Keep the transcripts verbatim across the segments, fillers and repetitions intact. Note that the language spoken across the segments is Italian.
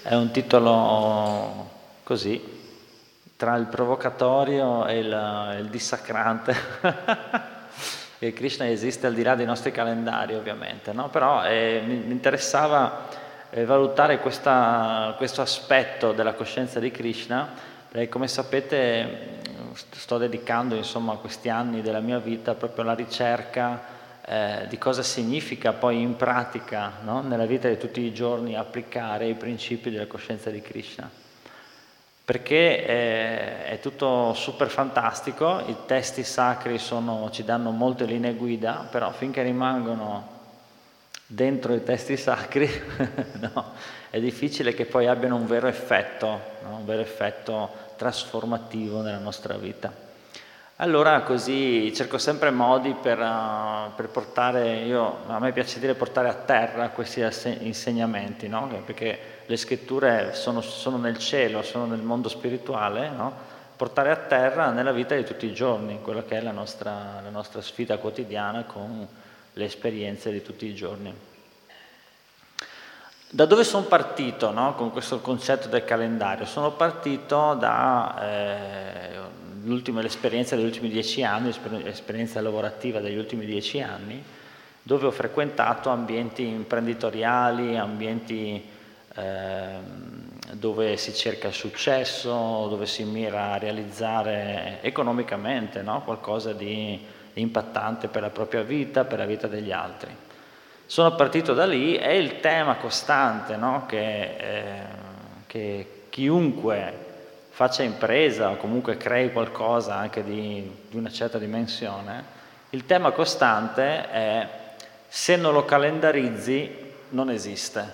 È un titolo così, tra il provocatorio e il, il dissacrante. E Krishna esiste al di là dei nostri calendari, ovviamente, no? Però eh, mi, mi interessava eh, valutare questa, questo aspetto della coscienza di Krishna, perché come sapete sto dedicando insomma questi anni della mia vita proprio alla ricerca Eh, di cosa significa poi in pratica, no? Nella vita di tutti i giorni applicare i principi della coscienza di Krishna, perché eh, è tutto super fantastico, i testi sacri sono, ci danno molte linee guida, però finché rimangono dentro i testi sacri no, è difficile che poi abbiano un vero effetto, no? Un vero effetto trasformativo nella nostra vita. Allora così cerco sempre modi per, uh, per portare, io, a me piace dire portare a terra questi insegnamenti, no? Perché le scritture sono, sono nel cielo, sono nel mondo spirituale, no? Portare a terra nella vita di tutti i giorni, quella che è la nostra, la nostra sfida quotidiana con le esperienze di tutti i giorni. Da dove sono partito, no? Con questo concetto del calendario? Sono partito da... Eh, L'ultima, l'esperienza degli ultimi dieci anni, l'esperienza lavorativa degli ultimi dieci anni, dove ho frequentato ambienti imprenditoriali, ambienti eh, dove si cerca il successo, dove si mira a realizzare economicamente, no? Qualcosa di impattante per la propria vita, per la vita degli altri. Sono partito da lì e il tema costante, no? che, eh, che chiunque faccia impresa o comunque crei qualcosa anche di, di una certa dimensione, il tema costante è: se non lo calendarizzi non esiste.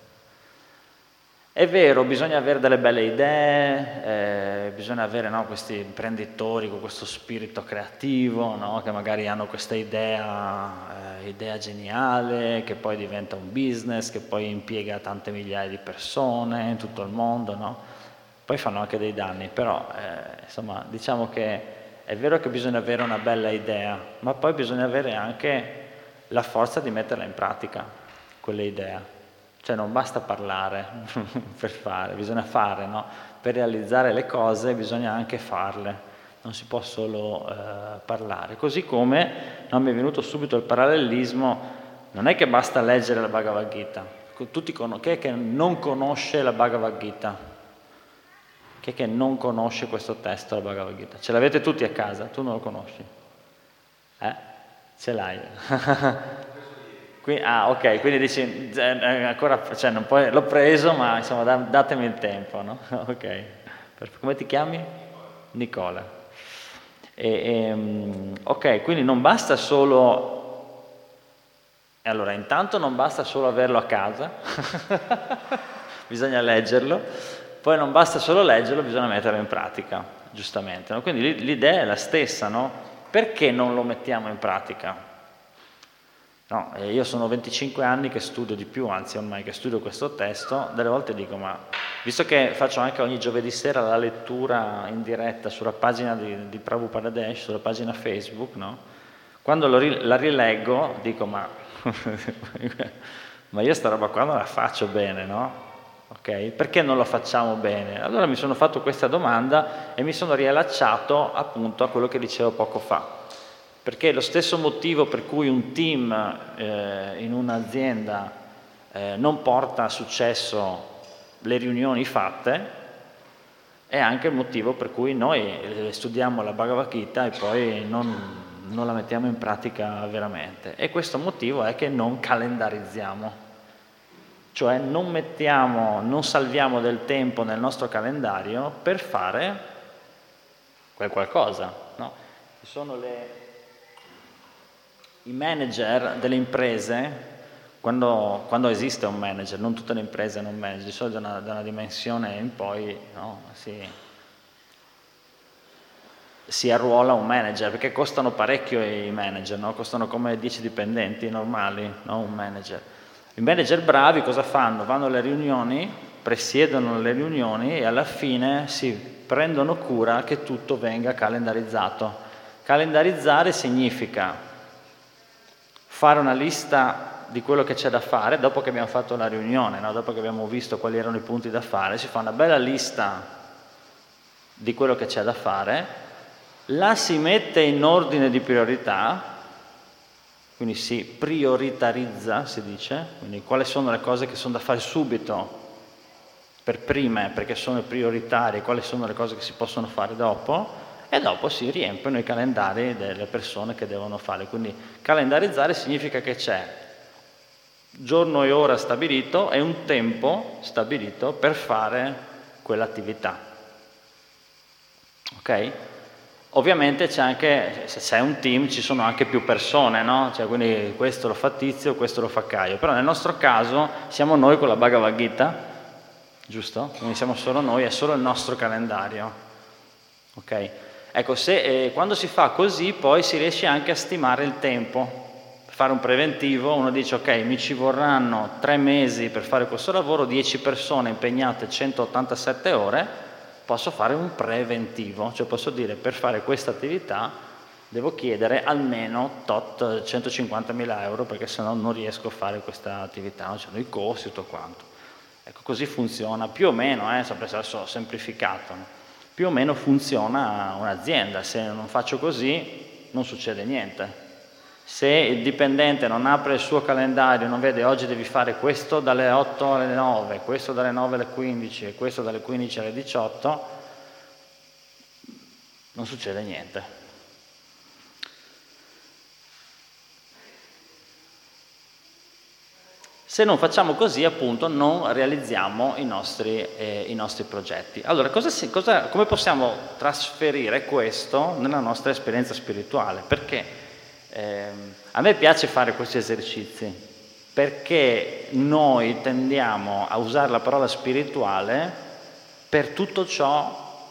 È vero, bisogna avere delle belle idee, eh, bisogna avere, no, questi imprenditori con questo spirito creativo, no, che magari hanno questa idea, eh, idea geniale, che poi diventa un business, che poi impiega tante migliaia di persone in tutto il mondo, no? Poi fanno anche dei danni, però eh, insomma diciamo che è vero che bisogna avere una bella idea, ma poi bisogna avere anche la forza di metterla in pratica, quelle idee. Cioè non basta parlare per fare, bisogna fare, no? Per realizzare le cose bisogna anche farle, non si può solo eh, parlare. Così come, no, mi è venuto subito il parallelismo, non è che basta leggere la Bhagavad Gita. Tutti con... Chi è che non conosce la Bhagavad Gita? Chi è che non conosce questo testo della Bhagavad Gita? Ce l'avete tutti a casa? Tu non lo conosci? Eh? Ce l'hai? Qui, ah, ok, quindi dici, eh, ancora, cioè non puoi, l'ho preso, ma insomma da, datemi il tempo, no? Ok. Come ti chiami? Nicola. E, e, ok, quindi non basta solo... Allora, intanto non basta solo averlo a casa, bisogna leggerlo. Poi non basta solo leggerlo, bisogna metterlo in pratica, giustamente. No? Quindi l'idea è la stessa, no? Perché non lo mettiamo in pratica? No, io sono venticinque anni che studio di più, anzi ormai che studio questo testo, delle volte dico, ma visto che faccio anche ogni giovedì sera la lettura in diretta sulla pagina di, di Prabhupada Dash, sulla pagina Facebook, no? Quando lo, la rileggo dico, ma, ma io sta roba qua non la faccio bene, no? Okay? Perché non lo facciamo bene? Allora mi sono fatto questa domanda e mi sono riallacciato appunto a quello che dicevo poco fa, perché lo stesso motivo per cui un team eh, in un'azienda eh, non porta a successo le riunioni fatte è anche il motivo per cui noi studiamo la Bhagavad Gita e poi non, non la mettiamo in pratica veramente, e questo motivo è che non calendarizziamo. Cioè non mettiamo, non salviamo del tempo nel nostro calendario per fare quel qualcosa, no? Ci sono le, i manager delle imprese, quando, quando esiste un manager, non tutte le imprese hanno un manager, di solito da una, da una dimensione in poi, no? si, si arruola un manager, perché costano parecchio i manager, no? Costano come dieci dipendenti normali, no? Un manager. I manager bravi cosa fanno? Vanno alle riunioni, presiedono le riunioni e alla fine si prendono cura che tutto venga calendarizzato. Calendarizzare significa fare una lista di quello che c'è da fare, dopo che abbiamo fatto la riunione, no? Dopo che abbiamo visto quali erano i punti da fare, si fa una bella lista di quello che c'è da fare, la si mette in ordine di priorità, quindi si prioritarizza, si dice, quindi quali sono le cose che sono da fare subito, per prime, perché sono prioritarie, quali sono le cose che si possono fare dopo, e dopo si riempiono i calendari delle persone che devono fare. Quindi calendarizzare significa che c'è giorno e ora stabilito e un tempo stabilito per fare quell'attività. Ok? Ovviamente c'è anche, se c'è un team ci sono anche più persone, no? Cioè, quindi questo lo fa Tizio, questo lo fa Caio, però nel nostro caso siamo noi con la Bhagavad Gita, giusto? Quindi siamo solo noi, è solo il nostro calendario. Ok? Ecco, se, eh, quando si fa così poi si riesce anche a stimare il tempo. Per fare un preventivo uno dice ok, mi ci vorranno tre mesi per fare questo lavoro, dieci persone impegnate centottantasette ore, posso fare un preventivo, cioè posso dire per fare questa attività devo chiedere almeno tot centocinquantamila euro perché sennò non riesco a fare questa attività, non c'hanno i costi e tutto quanto. Ecco, così funziona più o meno, eh, sempre adesso ho semplificato, no? Più o meno funziona un'azienda. Se non faccio così non succede niente. Se il dipendente non apre il suo calendario, non vede oggi devi fare questo dalle otto alle nove, questo dalle nove alle quindici e questo dalle quindici alle diciotto, non succede niente. Se non facciamo così, appunto, non realizziamo i nostri, eh, i nostri progetti. Allora, cosa si, cosa, come possiamo trasferire questo nella nostra esperienza spirituale? Perché eh, a me piace fare questi esercizi, perché noi tendiamo a usare la parola spirituale per tutto ciò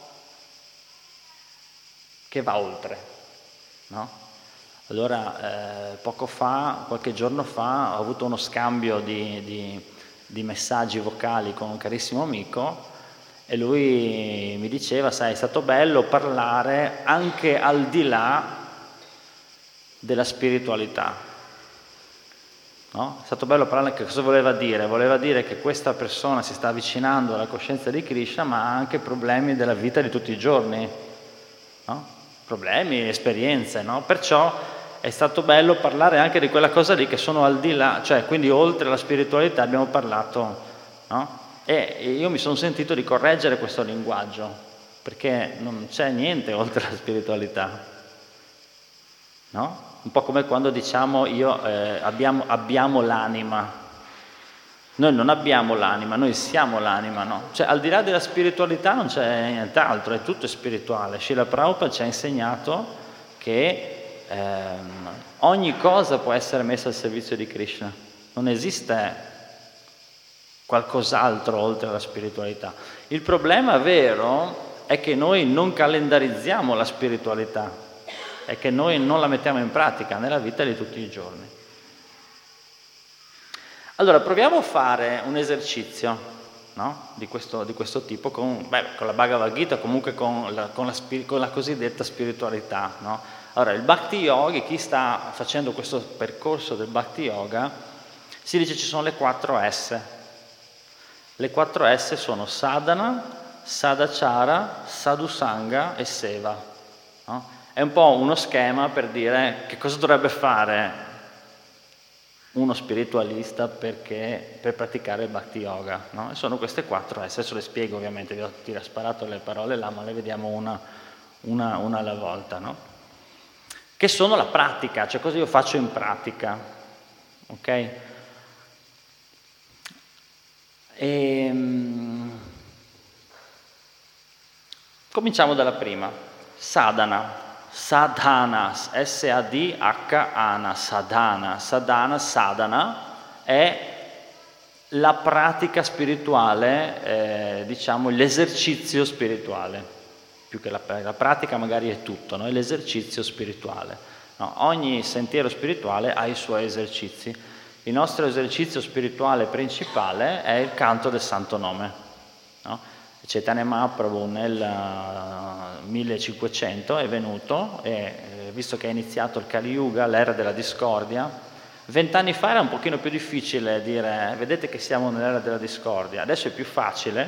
che va oltre, no? Allora, eh, poco fa, qualche giorno fa, ho avuto uno scambio di, di, di messaggi vocali con un carissimo amico e lui mi diceva, sai, è stato bello parlare anche al di là della spiritualità, no? È stato bello parlare, che cosa voleva dire? Voleva dire che questa persona si sta avvicinando alla coscienza di Krishna, ma ha anche problemi della vita di tutti i giorni, no? Problemi, esperienze, no? Perciò è stato bello parlare anche di quella cosa lì che sono al di là, cioè quindi oltre la spiritualità abbiamo parlato, no? E io mi sono sentito di correggere questo linguaggio, perché non c'è niente oltre la spiritualità, no? Un po' come quando diciamo io eh, abbiamo, abbiamo l'anima. Noi non abbiamo l'anima, noi siamo l'anima, no? Cioè al di là della spiritualità non c'è nient'altro, è tutto spirituale. Srila Prabhupada ci ha insegnato che ehm, ogni cosa può essere messa al servizio di Krishna, non esiste qualcos'altro oltre alla spiritualità. Il problema vero è che noi non calendarizziamo la spiritualità, è che noi non la mettiamo in pratica nella vita di tutti i giorni. Allora, proviamo a fare un esercizio, no? di, questo, di questo tipo con, beh, con la Bhagavad Gita, comunque con la, con la, con la cosiddetta spiritualità. No? Allora, il Bhakti Yoga, chi sta facendo questo percorso del Bhakti Yoga, si dice ci sono le quattro S. Le quattro S sono sadhana, sadachara, sadhusanga e seva. No? È un po' uno schema per dire che cosa dovrebbe fare uno spiritualista perché, per praticare il Bhakti Yoga, no? E sono queste quattro S, adesso le spiego ovviamente, vi ho sparato le parole là, ma le vediamo una, una, una alla volta, no? Che sono la pratica, cioè cosa io faccio in pratica, ok? E, um, cominciamo dalla prima, sadhana. Sadhana, S A D H A N A, sadhana, sadhana, sadhana è la pratica spirituale, eh, diciamo l'esercizio spirituale, più che la, la pratica magari è tutto, no? È l'esercizio spirituale. No? Ogni sentiero spirituale ha i suoi esercizi. Il nostro esercizio spirituale principale è il canto del Santo Nome, no? Chaitanya Mahaprabhu nel uh, millecinquecento è venuto e, eh, visto che è iniziato il Kali Yuga, l'era della discordia, Vent'anni fa era un pochino più difficile dire, vedete che siamo nell'era della discordia, adesso è più facile,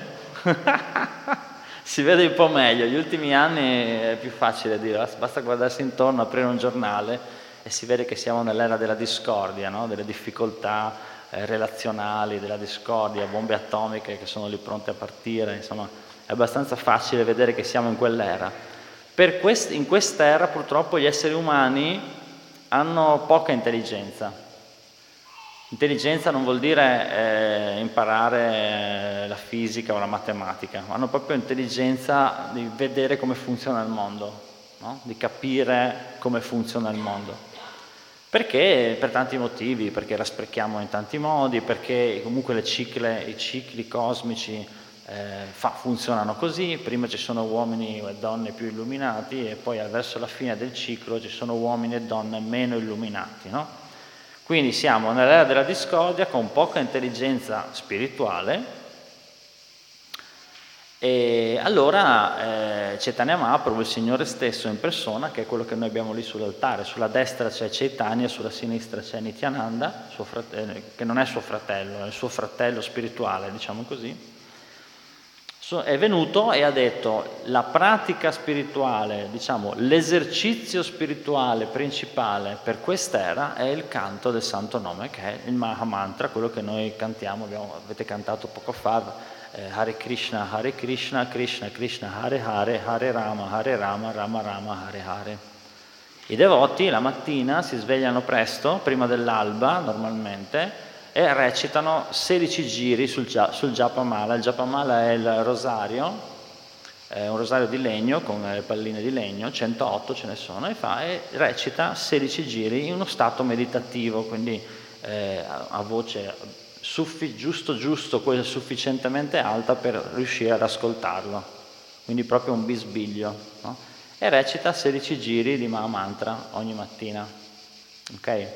si vede un po' meglio, gli ultimi anni è più facile dire, basta guardarsi intorno, aprire un giornale e si vede che siamo nell'era della discordia, no? Delle difficoltà eh, relazionali, della discordia, bombe atomiche che sono lì pronte a partire, insomma è abbastanza facile vedere che siamo in quell'era. Per quest- in quest'era purtroppo gli esseri umani hanno poca intelligenza. Intelligenza non vuol dire eh, imparare la fisica o la matematica, ma hanno proprio intelligenza di vedere come funziona il mondo, no? Di capire come funziona il mondo. Perché? Per tanti motivi, perché la sprechiamo in tanti modi, perché comunque le cicle, i cicli cosmici eh, fa, funzionano così, prima ci sono uomini e donne più illuminati e poi verso la fine del ciclo ci sono uomini e donne meno illuminati, no? Quindi siamo nell'era della discordia con poca intelligenza spirituale e allora eh, Chaitanya Mahaprabhu, il Signore stesso in persona, che è quello che noi abbiamo lì sull'altare, sulla destra c'è Chaitanya, sulla sinistra c'è Nityananda, suo fratello, che non è suo fratello, è il suo fratello spirituale, diciamo così, è venuto e ha detto la pratica spirituale, diciamo l'esercizio spirituale principale per quest'era è il canto del santo nome, che è il Mahamantra, quello che noi cantiamo, abbiamo, avete cantato poco fa, eh, Hare Krishna, Hare Krishna, Krishna Krishna, Hare Hare, Hare Rama, Hare Rama, Rama Rama, Hare Hare. I devoti la mattina si svegliano presto, prima dell'alba normalmente, e recitano sedici giri sul, sul Japamala. Il Japamala è il rosario, è un rosario di legno con le palline di legno, centootto ce ne sono, e fa e recita sedici giri in uno stato meditativo, quindi eh, a voce suffi, giusto giusto, sufficientemente alta per riuscire ad ascoltarlo, quindi proprio un bisbiglio, no? E recita sedici giri di Mahamantra ogni mattina, ok?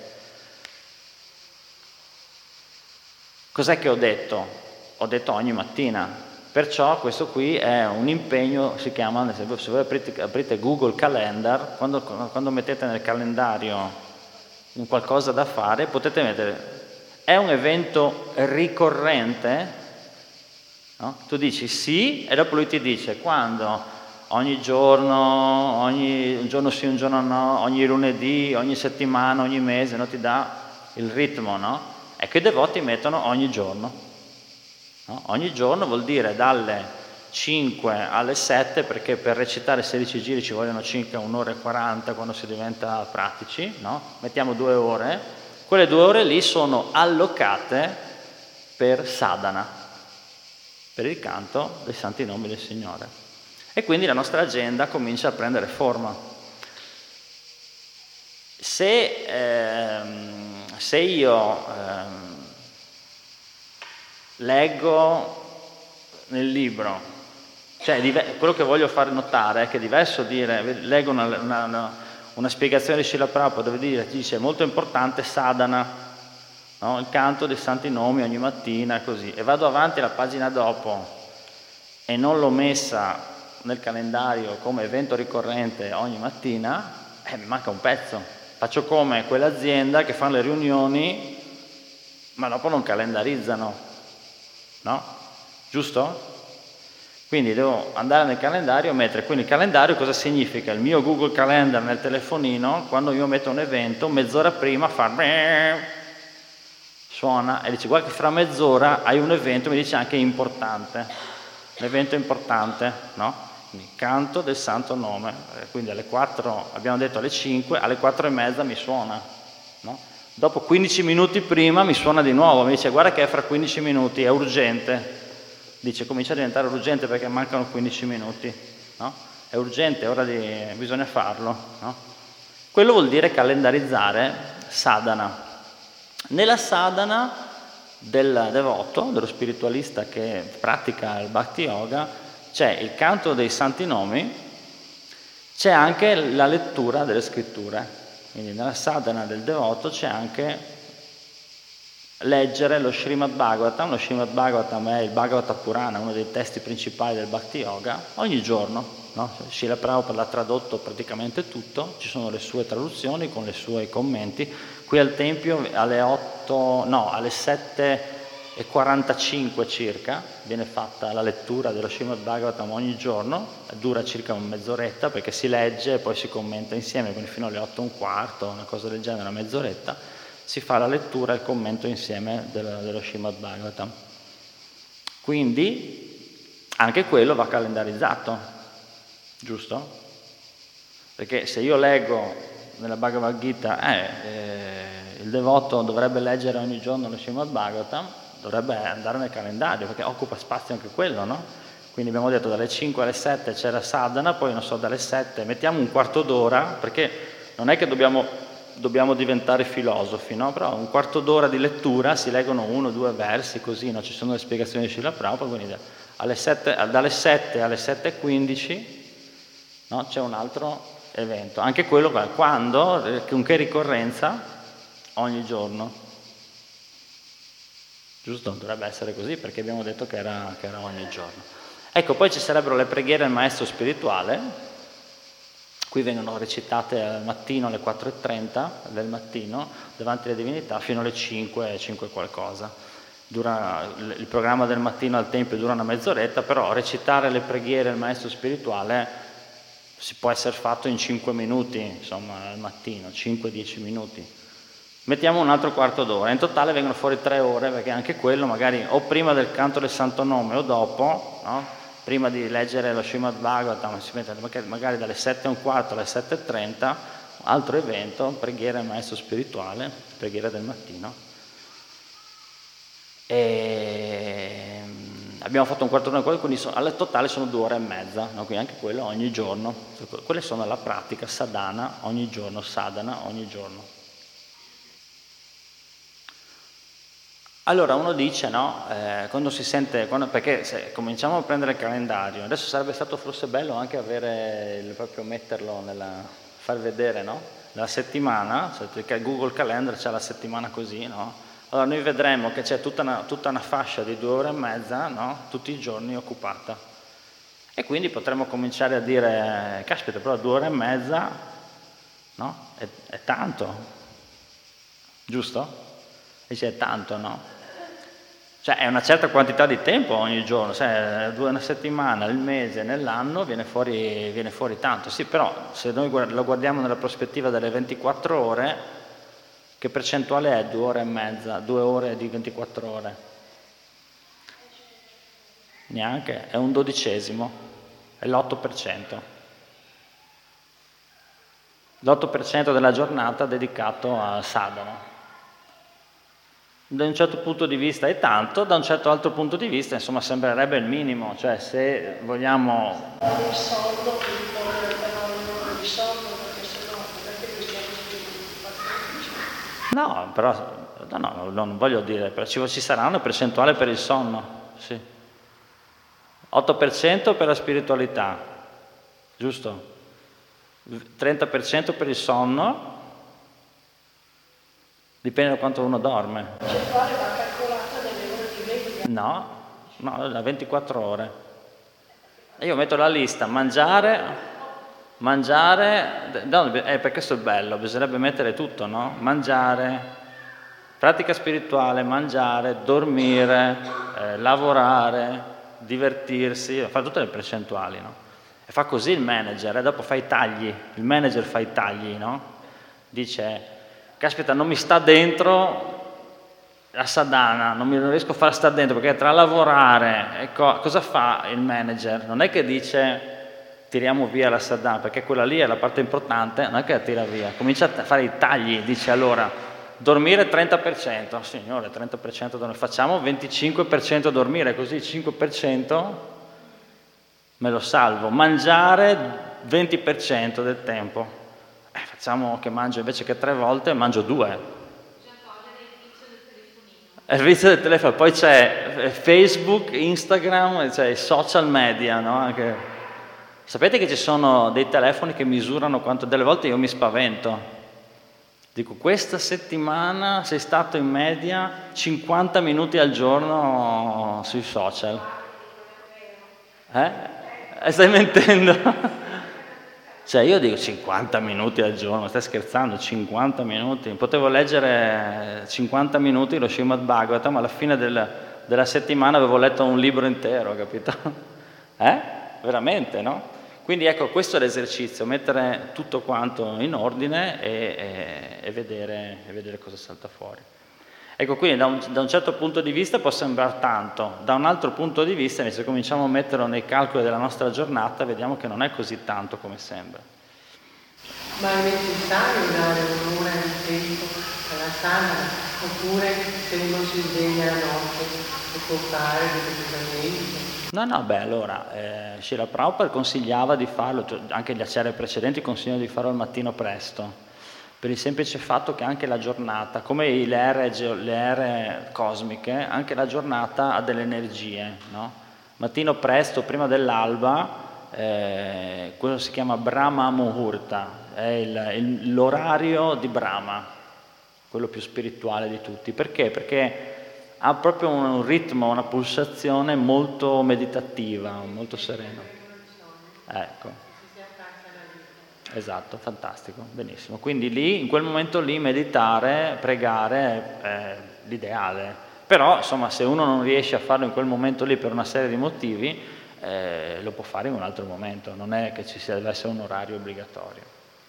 Cos'è che ho detto? Ho detto ogni mattina, perciò questo qui è un impegno, si chiama, se voi aprite, aprite Google Calendar, quando, quando mettete nel calendario un qualcosa da fare, potete mettere, è un evento ricorrente? No? Tu dici sì e dopo lui ti dice quando, ogni giorno, ogni un giorno sì, un giorno no, ogni lunedì, ogni settimana, ogni mese, no? Ti dà il ritmo, no? È che i devoti mettono ogni giorno, no? Ogni giorno vuol dire dalle cinque alle sette, perché per recitare sedici giri ci vogliono circa un'ora e quaranta quando si diventa pratici, no? Mettiamo due ore, quelle due ore lì sono allocate per sadhana, per il canto dei santi nomi del Signore. E quindi la nostra agenda comincia a prendere forma. Se... Ehm, Se io ehm, leggo nel libro, cioè quello che voglio far notare è che è diverso dire, leggo una, una, una, una spiegazione di Srila Prabhupada dove dire, dice è molto importante sadhana, no? Il canto dei santi nomi ogni mattina, così, e vado avanti alla pagina dopo e non l'ho messa nel calendario come evento ricorrente ogni mattina, eh, mi manca un pezzo. Faccio come quell'azienda che fa le riunioni, ma dopo non calendarizzano, no? Giusto? Quindi devo andare nel calendario e mettere, quindi il calendario cosa significa? Il mio Google Calendar nel telefonino, quando io metto un evento, mezz'ora prima fa suona e dice guarda che fra mezz'ora hai un evento, mi dice anche importante, l'evento importante, no? Il canto del santo nome, quindi alle quattro, abbiamo detto alle cinque, alle quattro e mezza mi suona, no? Dopo quindici minuti prima mi suona di nuovo, mi dice guarda che è fra quindici minuti, è urgente, dice comincia a diventare urgente perché mancano quindici minuti, no? È urgente, è ora di, bisogna farlo, no? Quello vuol dire calendarizzare sadhana. Nella sadhana del devoto, dello spiritualista che pratica il Bhakti Yoga, c'è il canto dei santi nomi, c'è anche la lettura delle scritture, quindi nella sadhana del devoto c'è anche leggere lo Srimad Bhagavatam. Lo Srimad Bhagavatam è il Bhagavata Purana, uno dei testi principali del Bhakti Yoga, ogni giorno, no? Srila Prabhupada l'ha tradotto praticamente tutto, ci sono le sue traduzioni con i suoi commenti, Qui al Tempio alle otto, no, alle sette e quarantacinque circa viene fatta la lettura dello Srimad Bhagavatam ogni giorno, dura circa un mezz'oretta perché si legge e poi si commenta insieme, quindi fino alle otto e un quarto, una cosa del genere, una mezz'oretta, si fa la lettura e il commento insieme dello, dello Srimad Bhagavatam. Quindi anche quello va calendarizzato, giusto? Perché se io leggo nella Bhagavad Gita, eh, eh, il devoto dovrebbe leggere ogni giorno lo Srimad Bhagavatam, dovrebbe andare nel calendario, perché occupa spazio anche quello, no? Quindi abbiamo detto dalle cinque alle sette c'era sadhana, poi non so, dalle sette mettiamo un quarto d'ora, perché non è che dobbiamo, dobbiamo diventare filosofi, no? Però un quarto d'ora di lettura, si leggono uno o due versi, così, no? Ci sono le spiegazioni di Srila Prabhupada, quindi alle sette, dalle sette alle sette e quindici, no? C'è un altro evento, anche quello quando, con che ricorrenza? Ogni giorno. Giusto? Dovrebbe essere così perché abbiamo detto che era, che era ogni giorno. Ecco, poi ci sarebbero le preghiere del maestro spirituale, qui vengono recitate al mattino alle quattro e trenta del mattino davanti alle divinità fino alle cinque, cinque qualcosa. Dura, il programma del mattino al Tempio dura una mezz'oretta, però recitare le preghiere del maestro spirituale si può essere fatto in cinque minuti, insomma, al mattino, cinque dieci minuti. Mettiamo un altro quarto d'ora, in totale vengono fuori tre ore, perché anche quello magari o prima del canto del Santo Nome o dopo, no? Prima di leggere lo Srimad Bhagavatam, si mette magari dalle sette e un quarto alle sette e trenta, altro evento, preghiera del maestro spirituale, preghiera del mattino. E abbiamo fatto un quarto d'ora, quindi al totale sono due ore e mezza, no? Quindi anche quello ogni giorno. Quelle sono la pratica sadhana ogni giorno, sadhana ogni giorno. Allora uno dice, no, eh, quando si sente, quando, perché se cominciamo a prendere il calendario, adesso sarebbe stato forse bello anche avere, il, proprio metterlo, nella, far vedere, no? La settimana, perché Google Calendar c'è la settimana così, no? Allora noi vedremo che c'è tutta una, tutta una fascia di due ore e mezza, no? Tutti i giorni occupata. E quindi potremmo cominciare a dire, caspita, però due ore e mezza, no? È, è tanto, giusto? Dice è tanto, no? Cioè è una certa quantità di tempo ogni giorno, cioè una settimana, il mese, nell'anno viene fuori, viene fuori tanto. Sì, però se noi lo guardiamo nella prospettiva delle ventiquattro ore, che percentuale è due ore e mezza, due ore di ventiquattro ore? Neanche, è un dodicesimo, è l'otto per cento. L'otto per cento della giornata dedicato a sadhana. Da un certo punto di vista è tanto, da un certo altro punto di vista insomma sembrerebbe il minimo, cioè se vogliamo... Il soldo, quindi per il soldo, perché se no, perché lui stiamo spiegando? No, però, no, no, non voglio dire, però ci, ci sarà una percentuale per il sonno, sì. otto per cento per la spiritualità, giusto? trenta per cento per il sonno, dipende da quanto uno dorme. La percentuale va calcolata delle ore di veglia. No, no, da ventiquattro ore. Io metto la lista, mangiare, mangiare, no, eh, per questo è bello, bisognerebbe mettere tutto, no? Mangiare, pratica spirituale, mangiare, dormire, eh, lavorare, divertirsi, fa tutte le percentuali, no? E fa così il manager, e dopo fa i tagli, il manager fa i tagli, no? Dice, caspita, non mi sta dentro la sadhana, non mi non riesco a far stare dentro, perché tra lavorare e co- cosa fa il manager? Non è che dice tiriamo via la sadhana, perché quella lì è la parte importante, non è che la tira via, comincia a fare i tagli, dice allora dormire trenta per cento, signore trenta per cento dormire, facciamo venticinque per cento dormire, così cinque per cento me lo salvo, mangiare venti per cento del tempo, eh, facciamo che mangio invece che tre volte, mangio due. È il vizio del telefono, poi c'è Facebook, Instagram, c'è i social media, no? Anche... Sapete che ci sono dei telefoni che misurano quanto, delle volte io mi spavento. Dico, questa settimana sei stato in media cinquanta minuti al giorno sui social. Eh? Stai mentendo? Cioè io dico cinquanta minuti al giorno, stai scherzando, cinquanta minuti? Potevo leggere cinquanta minuti lo Srimad Bhagavatam, ma alla fine del, della settimana avevo letto un libro intero, capito? Eh? Veramente, no? Quindi ecco, questo è l'esercizio, mettere tutto quanto in ordine e, e, e, vedere, e vedere cosa salta fuori. Ecco, quindi da un, da un certo punto di vista può sembrare tanto, da un altro punto di vista, se cominciamo a metterlo nei calcoli della nostra giornata, vediamo che non è così tanto come sembra. Ma è necessario dare un'ora di tempo alla sadhana, oppure se uno si sveglia la notte lo può fare ripetutamente? No, no, beh, allora, eh, Srila Prabhupada consigliava di farlo, cioè, anche gli acciari precedenti consigliano di farlo al mattino presto, per il semplice fatto che anche la giornata, come le ere, le ere cosmiche, anche la giornata ha delle energie, no? Mattino presto, prima dell'alba, eh, quello si chiama Brahma Muhurta, è il, il, l'orario di Brahma, quello più spirituale di tutti. Perché? Perché ha proprio un ritmo, una pulsazione molto meditativa, molto sereno. Ecco. Esatto, fantastico, benissimo. Quindi lì, in quel momento lì, meditare, pregare è l'ideale. Però, insomma, se uno non riesce a farlo in quel momento lì per una serie di motivi, eh, lo può fare in un altro momento, non è che ci sia, deve essere un orario obbligatorio.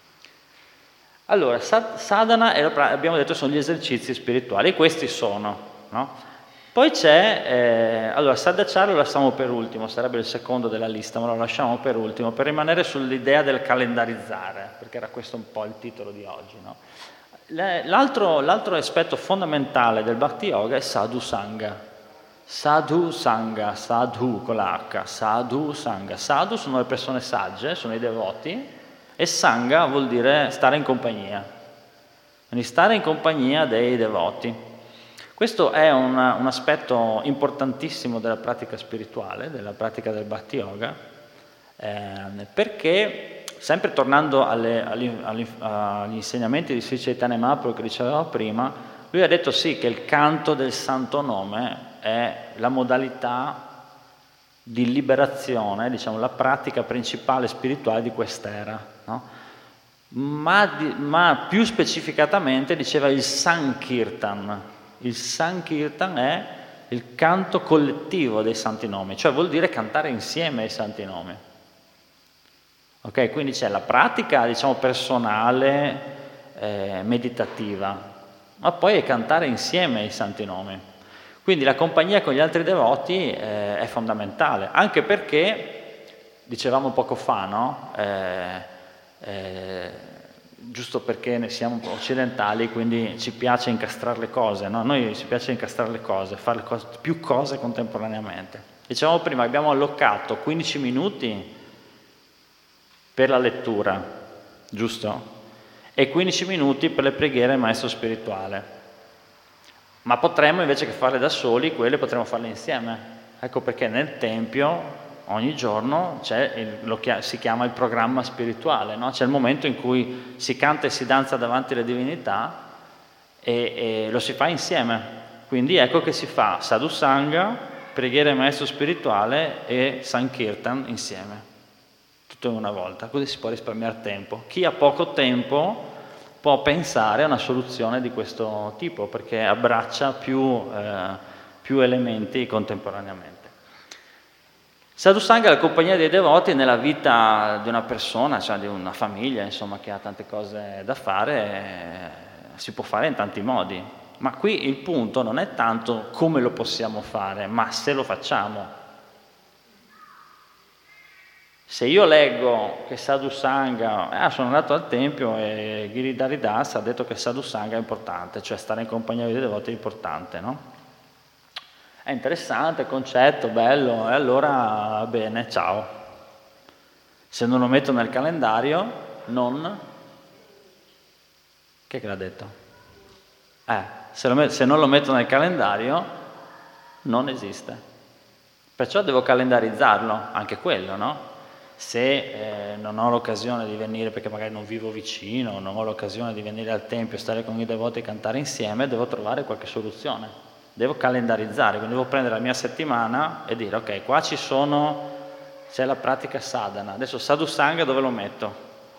Allora, sadhana, abbiamo detto, sono gli esercizi spirituali, e questi sono, no? Poi c'è, eh, allora Sadhacharya lo lasciamo per ultimo, sarebbe il secondo della lista, ma lo lasciamo per ultimo, per rimanere sull'idea del calendarizzare, perché era questo un po' il titolo di oggi, no? L'altro, l'altro aspetto fondamentale del Bhakti Yoga è Sadhu Sangha. Sadhu Sangha, Sadhu con la H, Sadhu Sangha. Sadhu sono le persone sagge, sono i devoti, e Sangha vuol dire stare in compagnia. Quindi stare in compagnia dei devoti. Questo è un, un aspetto importantissimo della pratica spirituale, della pratica del Bhakti Yoga, eh, perché, sempre tornando alle, agli, agli, agli insegnamenti di Sri Chaitanya Mahaprabhu che dicevamo prima, lui ha detto sì che il canto del santo nome è la modalità di liberazione, diciamo la pratica principale spirituale di quest'era, no? ma, di, ma più specificatamente diceva il Sankirtan. Il Sankirtan è il canto collettivo dei santi nomi, cioè vuol dire cantare insieme ai santi nomi. Ok, quindi c'è la pratica, diciamo, personale, eh, meditativa, ma poi è cantare insieme ai santi nomi. Quindi la compagnia con gli altri devoti eh, è fondamentale, anche perché, dicevamo poco fa, no? Eh, eh, giusto perché siamo occidentali, quindi ci piace incastrare le cose, no? Noi ci piace incastrare le cose, fare le cose, più cose contemporaneamente. Dicevamo prima, abbiamo allocato quindici minuti per la lettura, giusto? E quindici minuti per le preghiere al maestro spirituale. Ma potremmo, invece che farle da soli, quelle potremmo farle insieme. Ecco perché nel Tempio ogni giorno c'è il, lo, si chiama il programma spirituale, no? C'è il momento in cui si canta e si danza davanti alle divinità e, e lo si fa insieme. Quindi ecco che si fa Sadhu Sangha, preghiera maestro spirituale e Sankirtan insieme, tutto in una volta, così si può risparmiare tempo. Chi ha poco tempo può pensare a una soluzione di questo tipo, perché abbraccia più, eh, più elementi contemporaneamente. Sadhu Sangha è la compagnia dei devoti nella vita di una persona, cioè di una famiglia, insomma, che ha tante cose da fare, eh, si può fare in tanti modi. Ma qui il punto non è tanto come lo possiamo fare, ma se lo facciamo. Se io leggo che Sadhu Sangha, ah, sono andato al tempio e Giridhari Das ha detto che Sadhu Sangha è importante, cioè stare in compagnia dei devoti è importante, no? È interessante il concetto, bello, e allora bene, ciao. Se non lo metto nel calendario, non... Che che l'ha detto? Eh, se, lo met- se non lo metto nel calendario, non esiste. Perciò devo calendarizzarlo, anche quello, no? Se eh, non ho l'occasione di venire, perché magari non vivo vicino, non ho l'occasione di venire al tempio, stare con i devoti e cantare insieme, devo trovare qualche soluzione. Devo calendarizzare, quindi devo prendere la mia settimana e dire ok, qua ci sono, c'è la pratica sadhana, adesso Sadhu Sangha dove lo metto?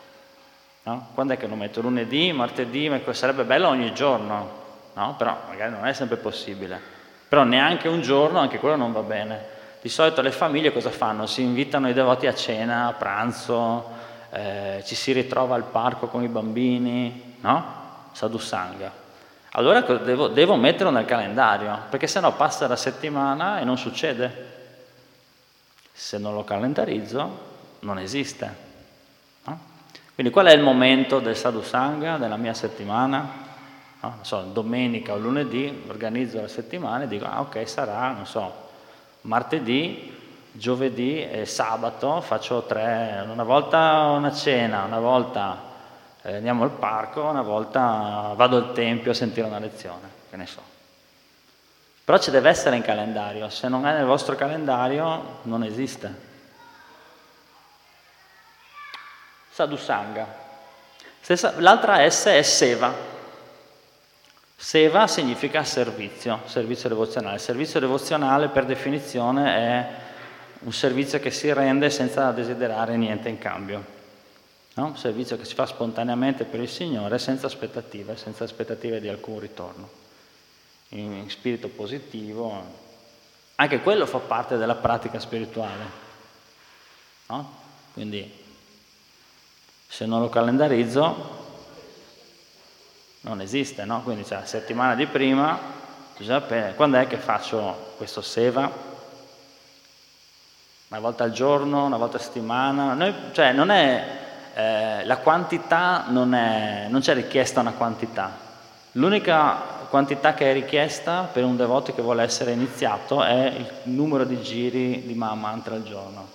No? Quando è che lo metto? Lunedì, martedì, mercoledì? Sarebbe bello ogni giorno, no? Però magari non è sempre possibile. Però neanche un giorno, anche quello non va bene. Di solito le famiglie cosa fanno? Si invitano i devoti a cena, a pranzo, eh, ci si ritrova al parco con i bambini, no? Sadhusanga. Allora devo, devo metterlo nel calendario, perché sennò passa la settimana e non succede. Se non lo calendarizzo, non esiste. No? Quindi qual è il momento del sadhusanga, della mia settimana? No? Non so, domenica o lunedì organizzo la settimana e dico, ah ok, sarà, non so, martedì, giovedì e sabato faccio tre, una volta una cena, una volta eh, andiamo al parco, una volta vado al tempio a sentire una lezione, che ne so. Però ci deve essere in calendario, se non è nel vostro calendario non esiste. Sadhusanga. L'altra S è Seva. Seva significa servizio, servizio devozionale. Il servizio devozionale per definizione è un servizio che si rende senza desiderare niente in cambio. No? Un servizio che si fa spontaneamente per il Signore senza aspettative, senza aspettative di alcun ritorno. In spirito positivo, anche quello fa parte della pratica spirituale, no? Quindi se non lo calendarizzo non esiste, no? Quindi c'è la settimana di prima, bisogna sapere quando è che faccio questo seva, una volta al giorno, una volta a settimana. Noi, cioè non è eh, la quantità, non, è, non c'è richiesta una quantità. L'unica quantità che è richiesta per un devoto che vuole essere iniziato è il numero di giri di Mahamantra al giorno.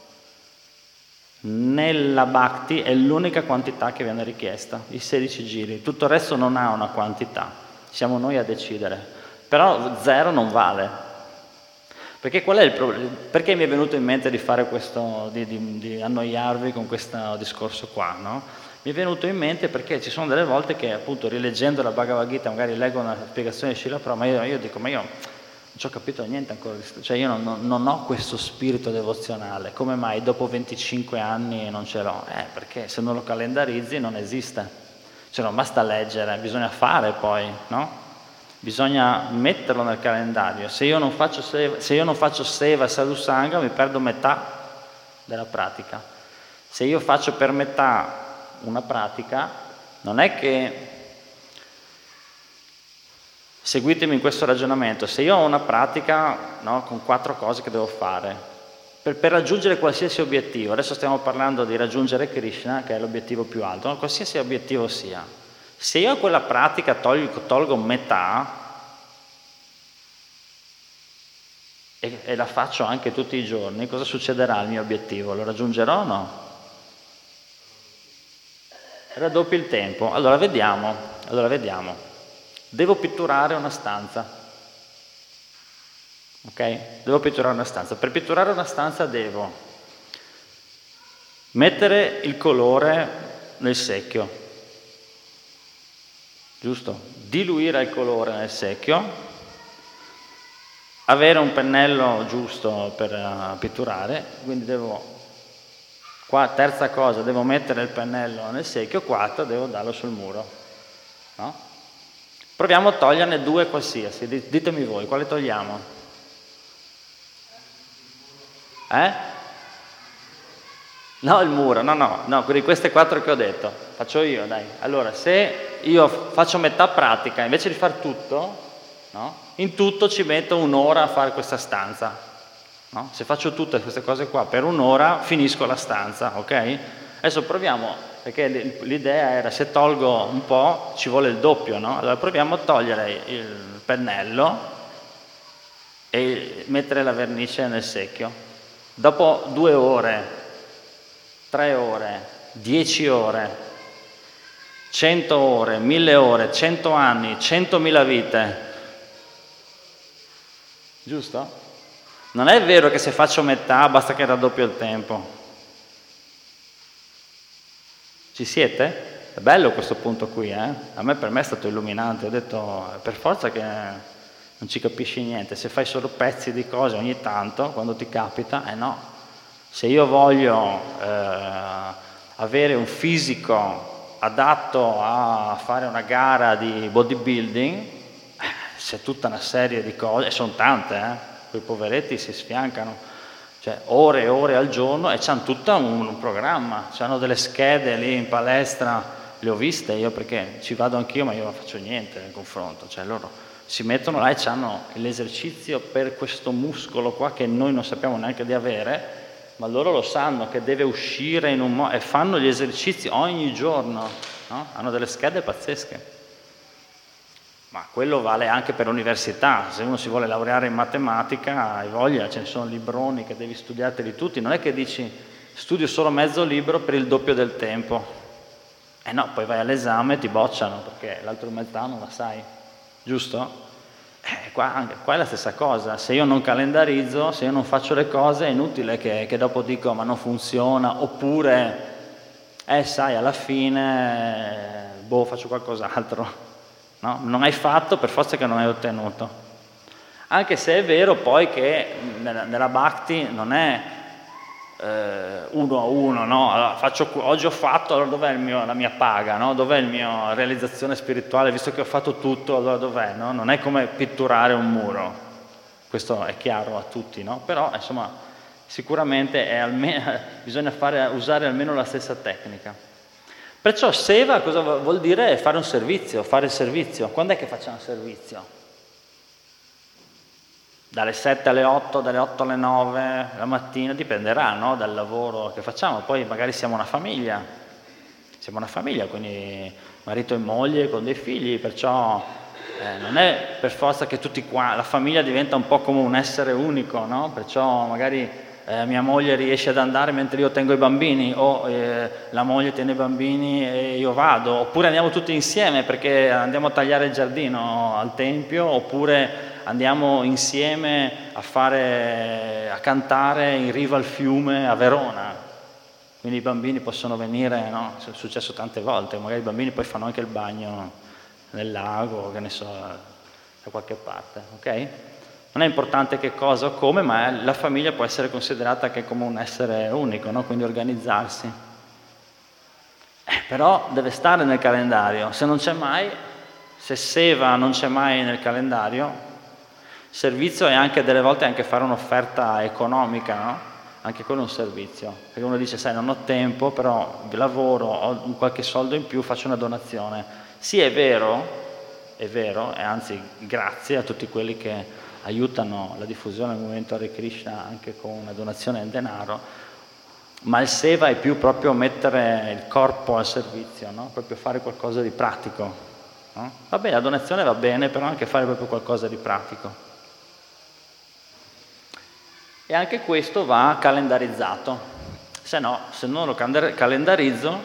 Nella Bhakti è l'unica quantità che viene richiesta, i sedici giri. Tutto il resto non ha una quantità, siamo noi a decidere. Però zero non vale. Perché qual è il problema? Perché mi è venuto in mente di fare questo, di, di, di annoiarvi con questo discorso qua, no? Mi è venuto in mente perché ci sono delle volte che appunto rileggendo la Bhagavad Gita magari leggo una spiegazione di Srila Prabhupada, ma io, io dico ma io non ci ho capito niente ancora, cioè io non, non ho questo spirito devozionale, come mai dopo venticinque anni non ce l'ho? Eh, perché se non lo calendarizzi non esiste, cioè non basta leggere, bisogna fare poi, no? Bisogna metterlo nel calendario. Se io non faccio seva, se io non faccio seva sadhusanga mi perdo metà della pratica. Se io faccio per metà una pratica, non è che seguitemi in questo ragionamento, se io ho una pratica, no, con quattro cose che devo fare per, per raggiungere qualsiasi obiettivo, adesso stiamo parlando di raggiungere Krishna che è l'obiettivo più alto, no? Qualsiasi obiettivo sia, se io a quella pratica tolgo, tolgo metà e, e la faccio anche tutti i giorni, cosa succederà al mio obiettivo? Lo raggiungerò o no? Raddoppi il tempo. Allora vediamo, allora vediamo. Devo pitturare una stanza. Ok? Devo pitturare una stanza. Per pitturare una stanza devo mettere il colore nel secchio. Giusto? Diluire il colore nel secchio. Avere un pennello giusto per uh, pitturare, quindi devo Qua, terza cosa, devo mettere il pennello nel secchio, quarta, devo darlo sul muro. No? Proviamo a toglierne due qualsiasi, ditemi voi, quale togliamo? Eh? No, il muro, no, no, no, quindi queste quattro che ho detto, faccio io, dai. Allora, se io faccio metà pratica, invece di far tutto, no? In tutto ci metto un'ora a fare questa stanza. No? Se faccio tutte queste cose qua per un'ora finisco la stanza, ok? Adesso proviamo, perché l'idea era se tolgo un po' ci vuole il doppio, no? Allora proviamo a togliere il pennello e mettere la vernice nel secchio. Dopo due ore, tre ore, dieci ore, cento ore, mille ore, cento anni, centomila vite, giusto? Non è vero che se faccio metà basta che raddoppio il tempo. Ci siete? È bello questo punto qui, eh? A me, per me è stato illuminante. Ho detto, per forza che non ci capisci niente. Se fai solo pezzi di cose ogni tanto, quando ti capita, eh no. Se io voglio eh, avere un fisico adatto a fare una gara di bodybuilding, c'è tutta una serie di cose, e sono tante, eh? Quei poveretti si sfiancano, cioè ore e ore al giorno, e c'hanno tutto un, un programma, c'hanno delle schede lì in palestra, le ho viste io perché ci vado anch'io, ma io non faccio niente nel confronto, cioè loro si mettono là e hanno l'esercizio per questo muscolo qua che noi non sappiamo neanche di avere, ma loro lo sanno che deve uscire in un modo, e fanno gli esercizi ogni giorno, no? Hanno delle schede pazzesche. Ma quello vale anche per l'università, se uno si vuole laureare in matematica, hai voglia, ce ne sono libroni che devi studiarteli tutti, non è che dici studio solo mezzo libro per il doppio del tempo, eh no, poi vai all'esame e ti bocciano perché l'altro metà non la sai, giusto? Eh, qua, anche, qua è la stessa cosa, se io non calendarizzo, se io non faccio le cose è inutile che, che dopo dico ma non funziona, oppure, eh sai, alla fine, boh, faccio qualcos'altro. No? Non hai fatto per forza che non hai ottenuto. Anche se è vero poi che nella, nella Bhakti non è eh, uno a uno, no? Allora, faccio, oggi ho fatto, allora dov'è il mio, la mia paga, no? Dov'è la mia realizzazione spirituale, visto che ho fatto tutto, allora dov'è? No? Non è come pitturare un muro, questo è chiaro a tutti, no? Però insomma sicuramente è almeno, bisogna fare, usare almeno la stessa tecnica. Perciò seva cosa vuol dire? Fare un servizio, fare il servizio. Quando è che facciamo il servizio? Dalle sette alle otto, dalle otto alle nove, la mattina, dipenderà, no? Dal lavoro che facciamo. Poi magari siamo una famiglia, siamo una famiglia, quindi marito e moglie con dei figli, perciò eh, non è per forza che tutti qua, la famiglia diventa un po' come un essere unico, no? Perciò magari Eh, mia moglie riesce ad andare mentre io tengo i bambini, o eh, la moglie tiene i bambini e io vado, oppure andiamo tutti insieme perché andiamo a tagliare il giardino al tempio, oppure andiamo insieme a fare, a cantare in riva al fiume a Verona. Quindi i bambini possono venire, no? È successo tante volte, magari i bambini poi fanno anche il bagno nel lago, che ne so, da qualche parte, ok? Non è importante che cosa o come, ma la famiglia può essere considerata anche come un essere unico, no? Quindi organizzarsi. Eh, però deve stare nel calendario, se non c'è mai, se seva non c'è mai nel calendario, servizio è anche delle volte anche fare un'offerta economica, no? Anche quello è un servizio, perché uno dice sai non ho tempo, però lavoro, ho qualche soldo in più, faccio una donazione. Sì, è vero, è vero, e anzi grazie a tutti quelli che aiutano la diffusione del movimento Hare Krishna anche con una donazione in denaro, ma il seva è più proprio mettere il corpo al servizio, no? Proprio fare qualcosa di pratico, no? Va bene, la donazione va bene, però anche fare proprio qualcosa di pratico. E anche questo va calendarizzato, se no, se non lo calendarizzo,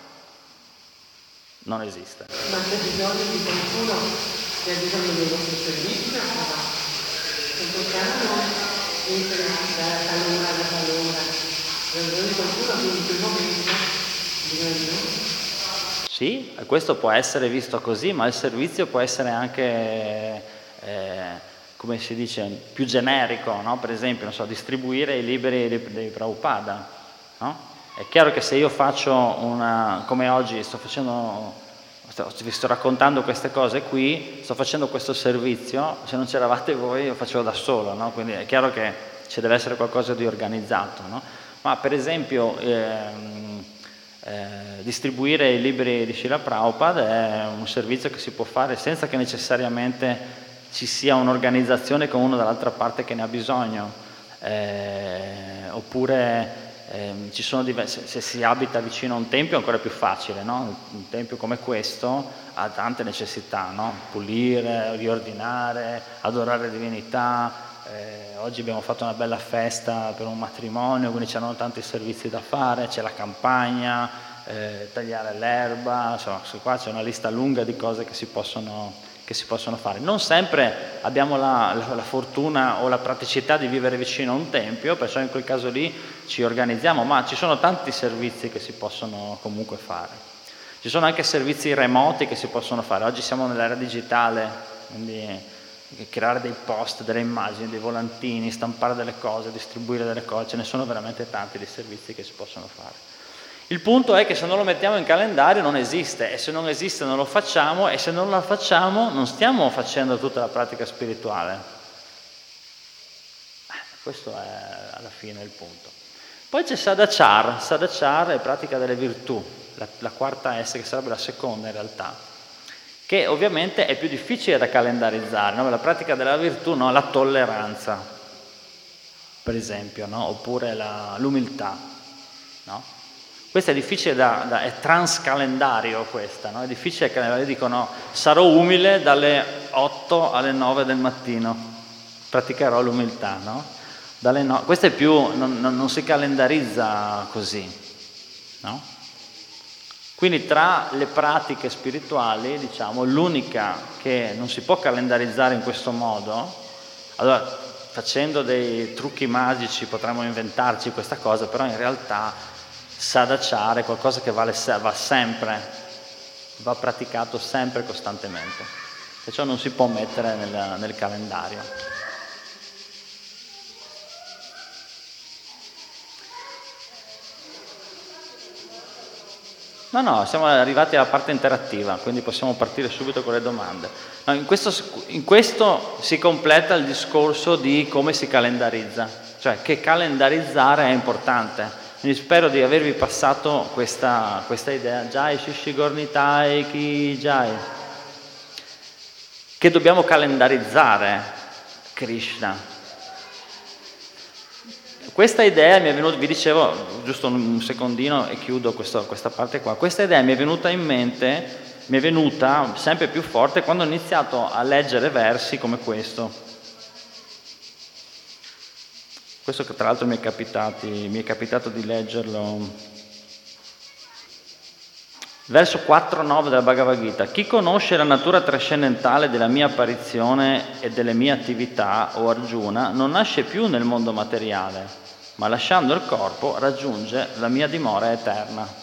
non esiste. Ma c'è bisogno di qualcuno che ha bisogno del nostro servizio? Possiamo essere da talora da talora, per qualcuno che in quel momento bisogna di noi. Sì, questo può essere visto così, ma il servizio può essere anche, eh, come si dice, più generico, no? Per esempio, non so, distribuire i libri dei, dei Prabhupada, no? È chiaro che se io faccio una, come oggi sto facendo, vi sto raccontando queste cose qui, sto facendo questo servizio, se non c'eravate voi lo facevo da solo, no? Quindi è chiaro che ci deve essere qualcosa di organizzato, no? Ma per esempio ehm, eh, distribuire i libri di Srila Prabhupada è un servizio che si può fare senza che necessariamente ci sia un'organizzazione con uno dall'altra parte che ne ha bisogno, eh, oppure Eh, ci sono diverse, se si abita vicino a un tempio è ancora più facile, no? Un tempio come questo ha tante necessità, no? Pulire, riordinare, adorare divinità. Eh, oggi abbiamo fatto una bella festa per un matrimonio, quindi c'erano tanti servizi da fare, c'è la campagna, eh, tagliare l'erba, insomma, qua c'è una lista lunga di cose che si possono che si possono fare. Non sempre abbiamo la, la, la fortuna o la praticità di vivere vicino a un tempio, perciò in quel caso lì ci organizziamo, ma ci sono tanti servizi che si possono comunque fare. Ci sono anche servizi remoti che si possono fare. Oggi siamo nell'era digitale, quindi creare dei post, delle immagini, dei volantini, stampare delle cose, distribuire delle cose, ce ne sono veramente tanti di servizi che si possono fare. Il punto è che se non lo mettiamo in calendario non esiste, e se non esiste non lo facciamo, e se non la facciamo non stiamo facendo tutta la pratica spirituale. Eh, questo è alla fine il punto. Poi c'è Sadachar, Sadachar è pratica delle virtù, la, la quarta S, che sarebbe la seconda in realtà, che ovviamente è più difficile da calendarizzare, no? La pratica della virtù, no? La tolleranza, per esempio, no? Oppure la, l'umiltà, no? Questa è difficile da, da è transcalendario questa, no? È difficile che dicono sarò umile dalle otto alle nove del mattino, praticherò l'umiltà, no? Dalle no... Questa è più, non, non, non si calendarizza così, no? Quindi tra le pratiche spirituali, diciamo, l'unica che non si può calendarizzare in questo modo, allora facendo dei trucchi magici potremmo inventarci questa cosa, però in realtà sadachare è qualcosa che vale, va sempre, va praticato sempre, costantemente, perciò non si può mettere nel, nel calendario. No, no, siamo arrivati alla parte interattiva, quindi possiamo partire subito con le domande. No, in, questo, in questo si completa il discorso di come si calendarizza, cioè che calendarizzare è importante. Quindi spero di avervi passato questa, questa idea. Jai Shishigornitai Ki Jai. Che dobbiamo calendarizzare Krishna. Questa idea mi è venuta, vi dicevo, giusto un secondino e chiudo questo, questa parte qua. Questa idea mi è venuta in mente, mi è venuta sempre più forte quando ho iniziato a leggere versi come questo. Questo che tra l'altro mi è, capitati, mi è capitato di leggerlo. Verso quattro nove della Bhagavad Gita. Chi conosce la natura trascendentale della mia apparizione e delle mie attività, o Arjuna, non nasce più nel mondo materiale, ma lasciando il corpo raggiunge la mia dimora eterna.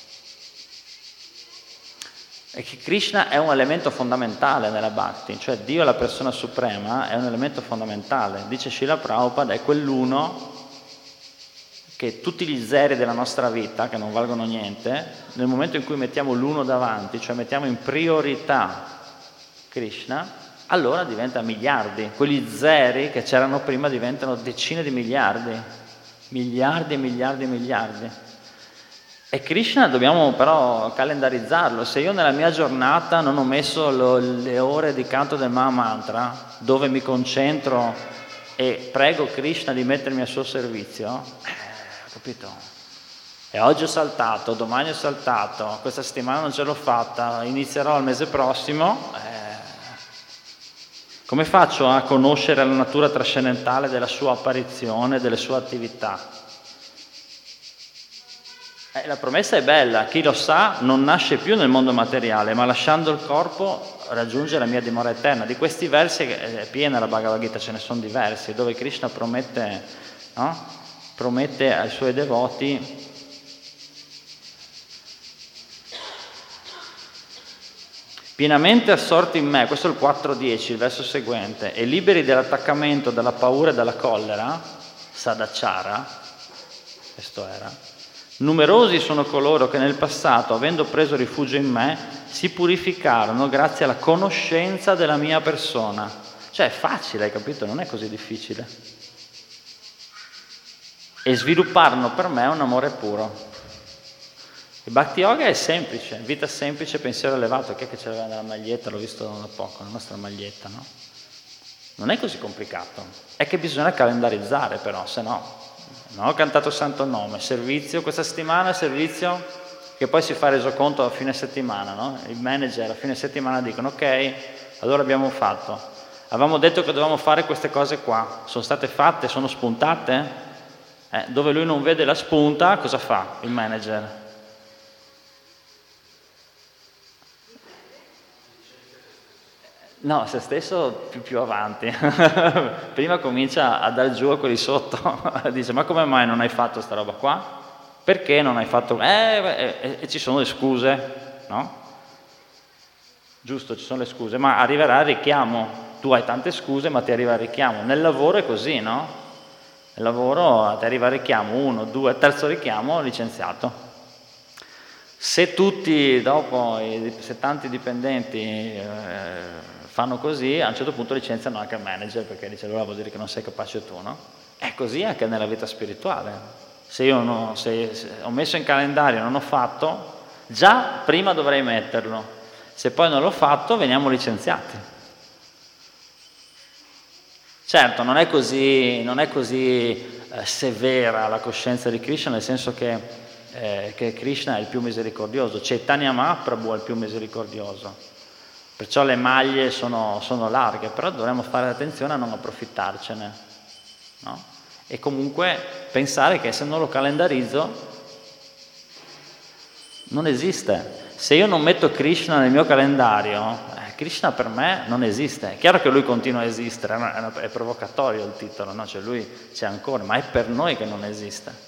E che Krishna è un elemento fondamentale nella Bhakti, cioè Dio, la persona suprema, è un elemento fondamentale. Dice Srila Prabhupada, è quell'uno che tutti gli zeri della nostra vita, che non valgono niente, nel momento in cui mettiamo l'uno davanti, cioè mettiamo in priorità Krishna, allora diventa miliardi. Quegli zeri che c'erano prima diventano decine di miliardi, miliardi e miliardi e miliardi. E Krishna dobbiamo però calendarizzarlo. Se io nella mia giornata non ho messo lo, le ore di canto del Mahamantra, dove mi concentro e prego Krishna di mettermi a suo servizio, eh, capito? E oggi ho saltato, domani ho saltato, questa settimana non ce l'ho fatta, inizierò il mese prossimo, eh, come faccio a conoscere la natura trascendentale della sua apparizione, delle sue attività? Eh, la promessa è bella, chi lo sa non nasce più nel mondo materiale, ma lasciando il corpo raggiunge la mia dimora eterna. Di questi versi è piena la Bhagavad Gita, ce ne sono diversi, dove Krishna promette, no? promette ai suoi devoti pienamente assorti in me, questo è il quattro dieci, il verso seguente, e liberi dall'attaccamento, dalla paura e dalla collera, sadachara, questo era. Numerosi sono coloro che nel passato, avendo preso rifugio in me, si purificarono grazie alla conoscenza della mia persona. Cioè è facile, hai capito? Non è così difficile. E svilupparono per me un amore puro. Il Bhakti Yoga è semplice, vita semplice, pensiero elevato. Chi è che ce l'aveva nella maglietta? L'ho visto da poco, la nostra maglietta, no? Non è così complicato. È che bisogna calendarizzare però, se no... No, ho cantato Santo Nome, servizio, questa settimana servizio che poi si fa resoconto a fine settimana, no? Il manager a fine settimana dicono ok, allora abbiamo fatto, avevamo detto che dovevamo fare queste cose qua, sono state fatte, sono spuntate? Eh, dove lui non vede la spunta, cosa fa il manager? No, se stesso più, più avanti. Prima comincia a dar giù a quelli sotto, dice ma come mai non hai fatto sta roba qua? Perché non hai fatto... Eh, e, e ci sono le scuse, no? Giusto, ci sono le scuse, ma arriverà il richiamo. Tu hai tante scuse, ma ti arriva il richiamo. Nel lavoro è così, no? Nel lavoro ti arriva il richiamo, uno, due, terzo richiamo, licenziato. Se tutti dopo, se tanti dipendenti eh, fanno così, a un certo punto licenziano anche il manager, perché dice allora vuol dire che non sei capace tu, no? È così anche nella vita spirituale. Se io non, se, se ho messo in calendario e non ho fatto, già prima dovrei metterlo. Se poi non l'ho fatto, veniamo licenziati. Certo, non è così, non è così eh, severa la coscienza di Krishna, nel senso che Eh, che Krishna è il più misericordioso, Chaitanya Mahaprabhu è il più misericordioso, perciò le maglie sono, sono larghe, però dovremmo fare attenzione a non approfittarcene, no? E comunque pensare che se non lo calendarizzo non esiste. Se io non metto Krishna nel mio calendario, eh, Krishna per me non esiste. È chiaro che lui continua a esistere, è, una, è provocatorio il titolo, no? Cioè lui c'è ancora, ma è per noi che non esiste.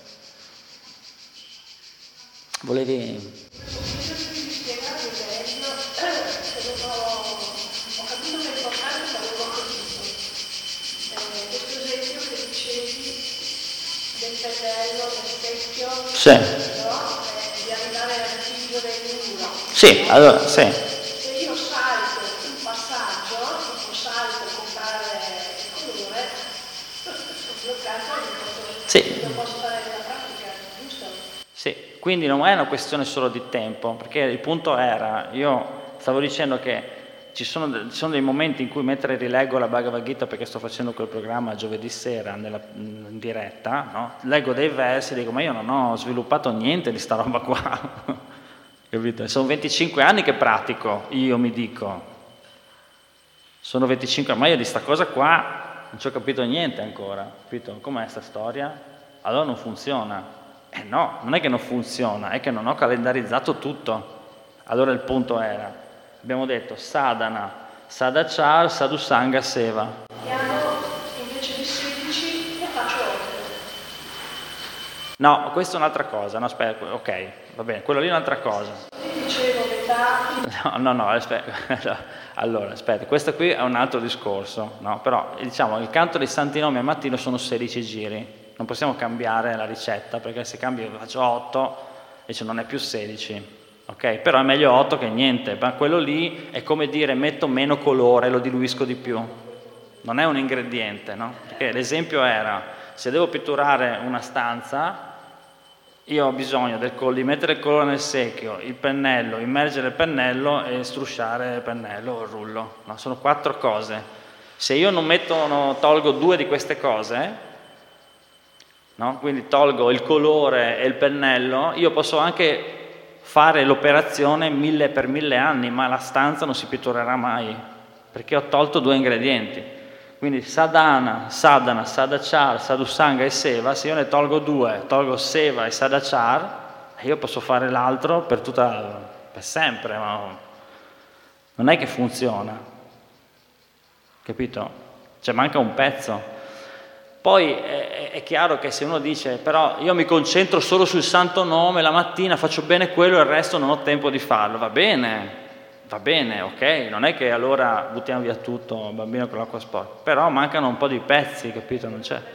Volevi... Potresti spiegare meglio, se non ho, ho capito che è importante, ma non ho capito. Eh, questo esempio che dicevi del pennello, del specchio, sì. no? Eh, di arrivare al figlio del muro. Sì, allora, sì. Se io salto un passaggio, tipo salto a comprare il colore, sono bloccato e non posso, sì. non posso fare la pratica, giusto? Sì. Quindi non è una questione solo di tempo, perché il punto era, io stavo dicendo che ci sono, ci sono dei momenti in cui mentre rileggo la Bhagavad Gita, perché sto facendo quel programma giovedì sera nella, in diretta, no? Leggo dei versi e dico ma io non ho sviluppato niente di sta roba qua, capito? Sono venticinque anni che pratico, io mi dico, sono venticinque anni, ma io di sta cosa qua non ci ho capito niente ancora, capito? Com'è sta storia? Allora non funziona. Eh no, non è che non funziona, è che non ho calendarizzato tutto. Allora il punto era, abbiamo detto sadhana, sadachar, sadhusanga, seva. Piano invece di sedici ne faccio otto. No, questa è un'altra cosa, no aspetta, ok, va bene, quello lì è un'altra cosa. Io dicevo metà. No, no, no, aspetta, allora, aspetta, questo qui è un altro discorso, no? Però diciamo il canto dei santi nomi al mattino sono sedici giri. Non possiamo cambiare la ricetta, perché se cambio faccio otto e cioè non è più sedici, ok? Però è meglio otto che niente, ma quello lì è come dire metto meno colore, lo diluisco di più. Non è un ingrediente, no? Perché l'esempio era, se devo pitturare una stanza, io ho bisogno del, di mettere il colore nel secchio, il pennello, immergere il pennello e strusciare il pennello o il rullo, no? Sono quattro cose. Se io non metto, no, tolgo due di queste cose, no? Quindi tolgo il colore e il pennello, io posso anche fare l'operazione mille per mille anni, ma la stanza non si pitturerà mai, perché ho tolto due ingredienti. Quindi sadhana, sadhana, sadachar, sadhusanga e seva, se io ne tolgo due, tolgo seva e sadachar, io posso fare l'altro per tutta, per sempre, ma non è che funziona, capito? Cioè manca un pezzo. Poi è, è chiaro che se uno dice però io mi concentro solo sul santo nome, la mattina faccio bene quello e il resto non ho tempo di farlo, va bene, va bene, ok, non è che allora buttiamo via tutto, bambino con l'acqua sporca, però mancano un po' di pezzi, capito? Non c'è.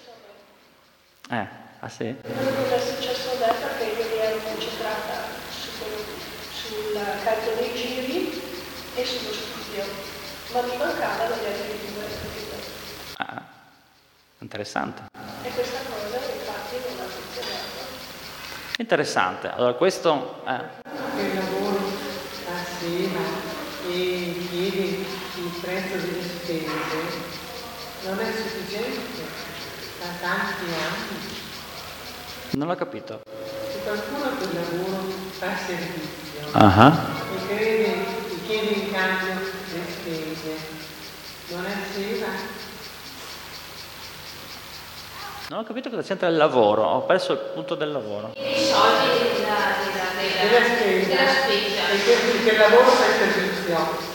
Eh, ah sì? Cosa è successo a me perché io mi ero concentrata su quello, sul calcio dei giri e sullo studio, ma mi mancavano gli altri due, capito? Ah. Interessante. E questa cosa infatti non ha funzionato. Interessante. Allora questo è... Che il lavoro a sera e chiede il prezzo delle spese non è sufficiente da tanti anni. Non l'ho capito. Se qualcuno quel lavoro fa servizio Uh-huh. e crede, e chiede in cambio le spese, non è sera? Non ho capito cosa c'entra il lavoro, ho perso il punto del lavoro. I soldi della, della, della, Della spesa. della spesa. Perché che il lavoro fa il servizio.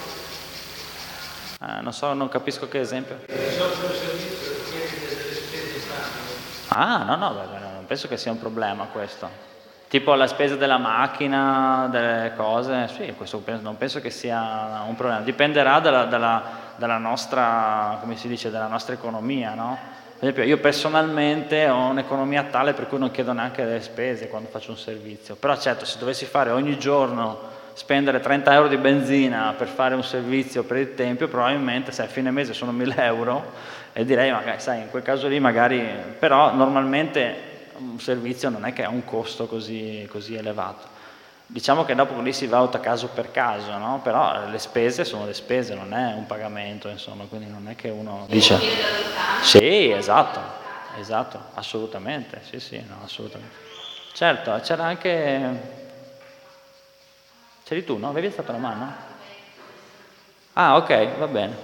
Eh, non so, non capisco che esempio. Il software servizio richiede delle spese stabili. Ah, no, no, beh, non penso che sia un problema questo. Tipo la spesa della macchina, delle cose, sì, questo non penso che sia un problema. Dipenderà dalla, dalla, dalla nostra, come si dice, dalla nostra economia, no? Per esempio, io personalmente ho un'economia tale per cui non chiedo neanche delle spese quando faccio un servizio, però certo, se dovessi fare ogni giorno, spendere trenta euro di benzina per fare un servizio per il tempio, probabilmente se a fine mese sono mille euro, e direi, magari, sai, in quel caso lì magari, però normalmente un servizio non è che ha un costo così, così elevato. Diciamo che dopo lì si valuta caso per caso, no? Però le spese sono le spese, non è un pagamento, insomma, quindi non è che uno dice... Sì, esatto, esatto, assolutamente, sì, sì, no, assolutamente. Certo, c'era anche... C'eri tu, no? Avevi alzato la mano? Ah, ok, va bene.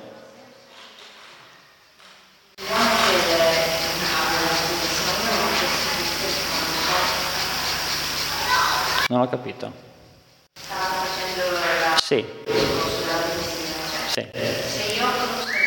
Non ho capito. Stava facendo la... Sì. sulla benzina, Sì. se io ho un servizio,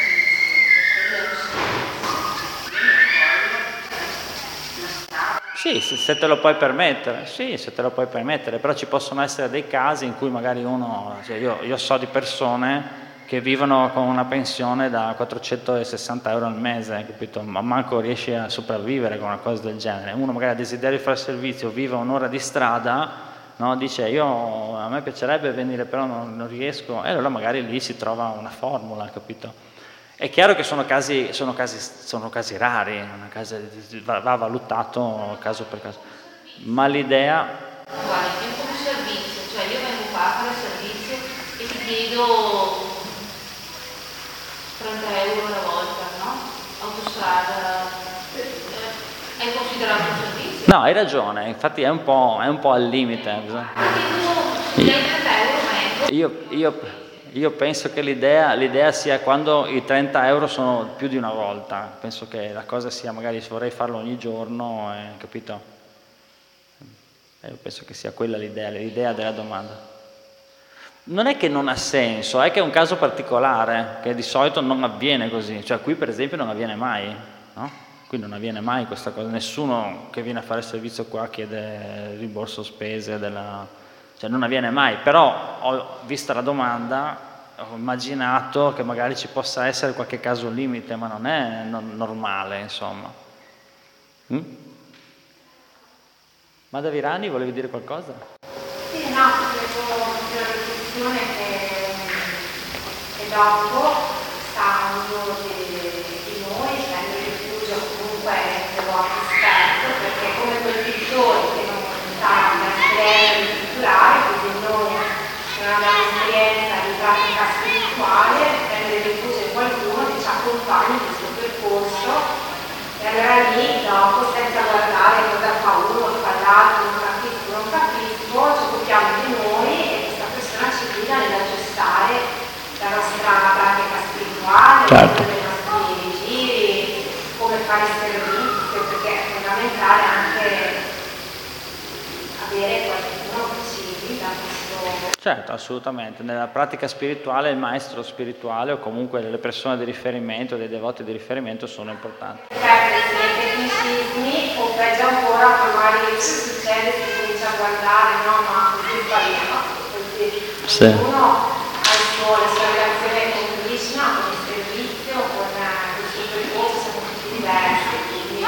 Sì, se, se te lo puoi permettere, sì, se te lo puoi permettere, però ci possono essere dei casi in cui magari uno, cioè io, io so di persone che vivono con una pensione da quattrocentosessanta euro al mese, capito? Ma manco riesci a sopravvivere con una cosa del genere. Uno magari ha desiderio di fare servizio, vive un'ora di strada, no? Dice io, a me piacerebbe venire però non, non riesco, e allora magari lì si trova una formula, capito? È chiaro che sono casi, sono casi, sono casi rari, una casa, va, va valutato caso per caso, ma l'idea... guarda, io come servizio, cioè io vengo qua a fare servizio e ti chiedo trenta euro una volta, no? Autostrada, è considerato un servizio? No, hai ragione, infatti è un po', è un po' al limite. Bisogna... Perché tu dai trenta euro ma Io, io, io penso che l'idea, l'idea sia quando i trenta euro sono più di una volta, penso che la cosa sia magari se vorrei farlo ogni giorno, eh, capito? Eh, io penso che sia quella l'idea, l'idea della domanda. Non è che non ha senso, è che è un caso particolare, che di solito non avviene così, cioè qui per esempio non avviene mai, no? Qui non avviene mai questa cosa, nessuno che viene a fare servizio qua chiede rimborso spese della... Cioè non avviene mai, però ho vista la domanda, ho immaginato che magari ci possa essere qualche caso limite, ma non è non normale, insomma. Mm? Madre Virani, volevi dire qualcosa? Sì, no, avevo una riflessione che, che dopo sta ognuno di, di noi prende rifugio comunque nel luogo esperto, perché come quel pittore che non sa l'esperienza culturale, così noi non abbiamo esperienza di pratica spirituale, prende rifugio in qualcuno che ci accompagna in questo percorso, e allora lì dopo senza guardare cosa fa uno, fa l'altro, non capisco, non capisco, ci occupiamo di noi e questa persona ci guida nell'aggiustare la nostra pratica spirituale, Certo. i nostri giri, come fare il servizio, perché è fondamentale anche avere qualcuno che ci guida questo. Certo, assolutamente. Nella pratica spirituale il maestro spirituale o comunque le persone di riferimento, dei devoti di riferimento sono importanti. Perdere nei tecnicismi o peggio ancora poi magari succede che comincia a guardare, no, ma così sbagliamo, così Sì. uno ha il suo, la sua relazione con Krishna, con il servizio, con il suo percorso, siamo tutti diversi, quindi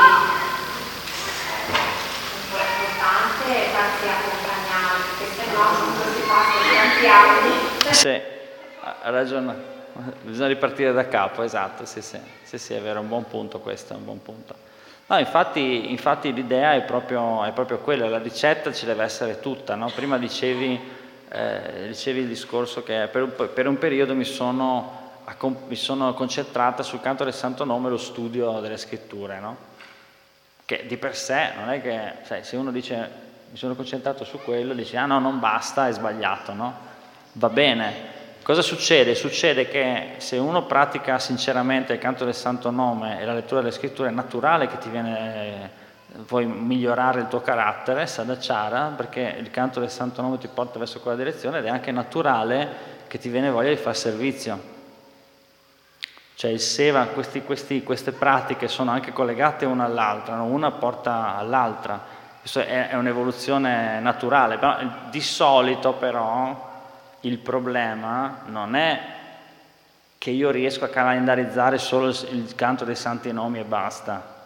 è importante farsi accompagnare, perché se no non si passa tanti anni. Sì, ha ragione. Bisogna ripartire da capo, esatto, sì, sì, sì, sì, è vero, è un buon punto questo, è un buon punto. No, infatti, infatti l'idea è proprio, è proprio quella, la ricetta ci deve essere tutta, no? Prima dicevi, eh, dicevi il discorso che per un, per un periodo mi sono, mi sono concentrata sul canto del Santo Nome e lo studio delle scritture, no? Che di per sé non è che, sai, se uno dice mi sono concentrato su quello, dice ah no, non basta, è sbagliato, no? Va bene. Cosa succede? Succede che se uno pratica sinceramente il canto del Santo Nome e la lettura delle scritture, è naturale che ti viene, vuoi migliorare il tuo carattere, sadhachara, perché il canto del Santo Nome ti porta verso quella direzione ed è anche naturale che ti viene voglia di fare servizio. Cioè il seva, questi, questi, queste pratiche sono anche collegate una all'altra, no? Una porta all'altra, questo è, è un'evoluzione naturale, però di solito però il problema non è che io riesco a calendarizzare solo il canto dei santi nomi e basta.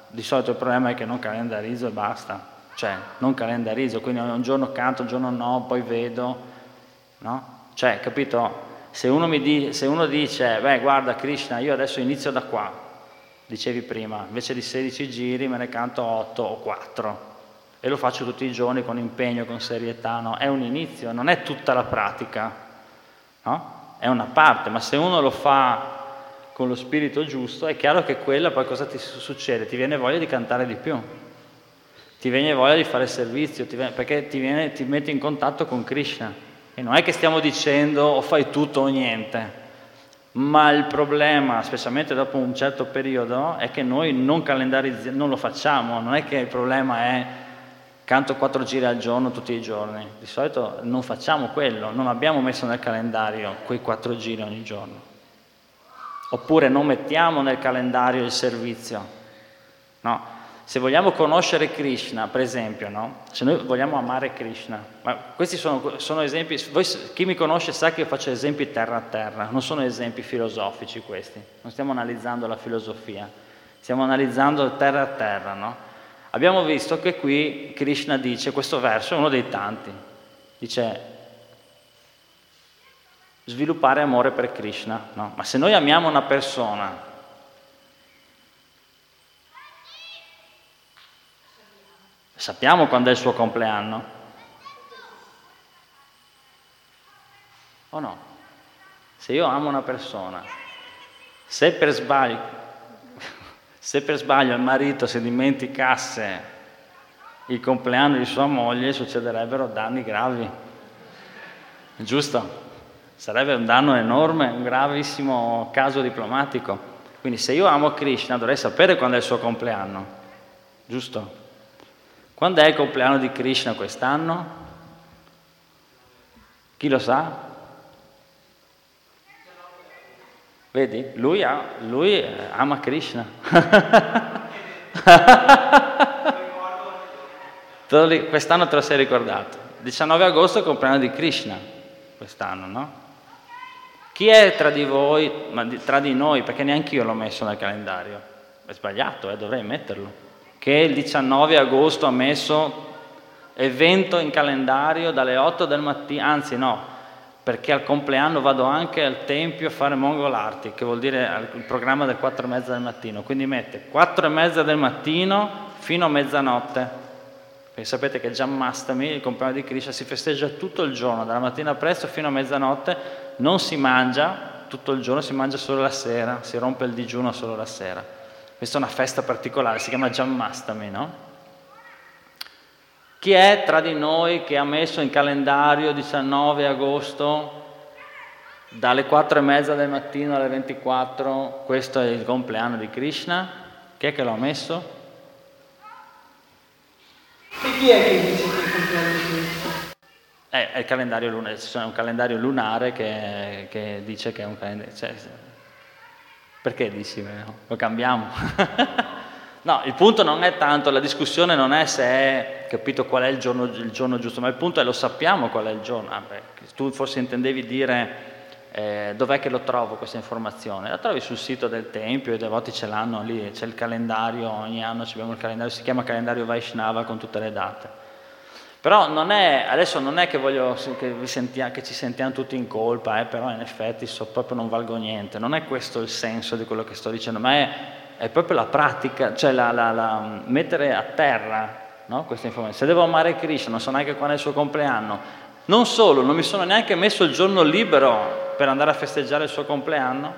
Di solito il problema è che non calendarizzo e basta, cioè non calendarizzo, quindi un giorno canto, un giorno no, poi vedo, no? Cioè, capito? Se uno, mi di, se uno dice, beh guarda Krishna, io adesso inizio da qua, dicevi prima, invece di sedici giri me ne canto otto o quattro e lo faccio tutti i giorni con impegno, con serietà, no? È un inizio, non è tutta la pratica, no? È una parte, ma se uno lo fa con lo spirito giusto, è chiaro che quella poi cosa ti succede? Ti viene voglia di cantare di più, ti viene voglia di fare servizio, ti viene, perché ti, viene, ti metti in contatto con Krishna. E non è che stiamo dicendo o fai tutto o niente, ma il problema, specialmente dopo un certo periodo, è che noi non calendarizziamo, non lo facciamo, non è che il problema è canto quattro giri al giorno tutti i giorni, di solito non facciamo quello, non abbiamo messo nel calendario quei quattro giri ogni giorno. Oppure non mettiamo nel calendario il servizio, no? Se vogliamo conoscere Krishna, per esempio, no? Se noi vogliamo amare Krishna, ma questi sono, sono esempi, voi, chi mi conosce sa che io faccio esempi terra a terra, non sono esempi filosofici questi, non stiamo analizzando la filosofia, stiamo analizzando terra a terra, no? Abbiamo visto che qui Krishna dice, questo verso è uno dei tanti, dice sviluppare amore per Krishna, no? Ma se noi amiamo una persona, sappiamo quando è il suo compleanno? O no? Se io amo una persona, se per sbaglio, se per sbaglio il marito si dimenticasse il compleanno di sua moglie, succederebbero danni gravi. Giusto? Sarebbe un danno enorme, un gravissimo caso diplomatico. Quindi se io amo Krishna dovrei sapere quando è il suo compleanno. Giusto? Quando è il compleanno di Krishna quest'anno? Chi lo sa? Vedi? Lui, ha, lui ama Krishna. Quest'anno te lo sei ricordato. diciannove agosto è il compleanno di Krishna, quest'anno, no? Chi è tra di voi, ma tra di noi, perché neanche io l'ho messo nel calendario, è sbagliato, eh, dovrei metterlo, che il diciannove agosto ha messo evento in calendario dalle otto del mattino, anzi no, perché al compleanno vado anche al tempio a fare Mongol Arti, che vuol dire il programma del quattro e mezza del mattino, quindi mette quattro e mezza del mattino fino a mezzanotte, perché sapete che Janmastami, il compleanno di Krishna, si festeggia tutto il giorno, dalla mattina presto fino a mezzanotte, non si mangia tutto il giorno, si mangia solo la sera, si rompe il digiuno solo la sera. Questa è una festa particolare, si chiama Janmastami, no? Chi è tra di noi che ha messo in calendario diciannove agosto dalle quattro e mezza del mattino alle ventiquattro, questo è il compleanno di Krishna? Chi è che l'ha messo? E chi è che dice che è il compleanno di Krishna? È, è il calendario lunare, c'è un calendario lunare che, che dice che è un calendario... Cioè, perché dici? Lo cambiamo? No, il punto non è tanto, la discussione non è se è capito qual è il giorno, il giorno giusto, ma il punto è lo sappiamo qual è il giorno. Ah, beh, tu forse intendevi dire eh, dov'è che lo trovo questa informazione? La trovi sul sito del Tempio, i devoti ce l'hanno lì, c'è il calendario, ogni anno abbiamo il calendario, si chiama calendario Vaishnava con tutte le date. Però non è, adesso non è che voglio che, vi sentia, che ci sentiamo tutti in colpa, eh, però in effetti so, proprio non valgo niente, non è questo il senso di quello che sto dicendo, ma è, è proprio la pratica, cioè la, la, la, mettere a terra, no, questa informazione. Se devo amare Krishna, non so neanche quando è il suo compleanno, non solo, non mi sono neanche messo il giorno libero per andare a festeggiare il suo compleanno.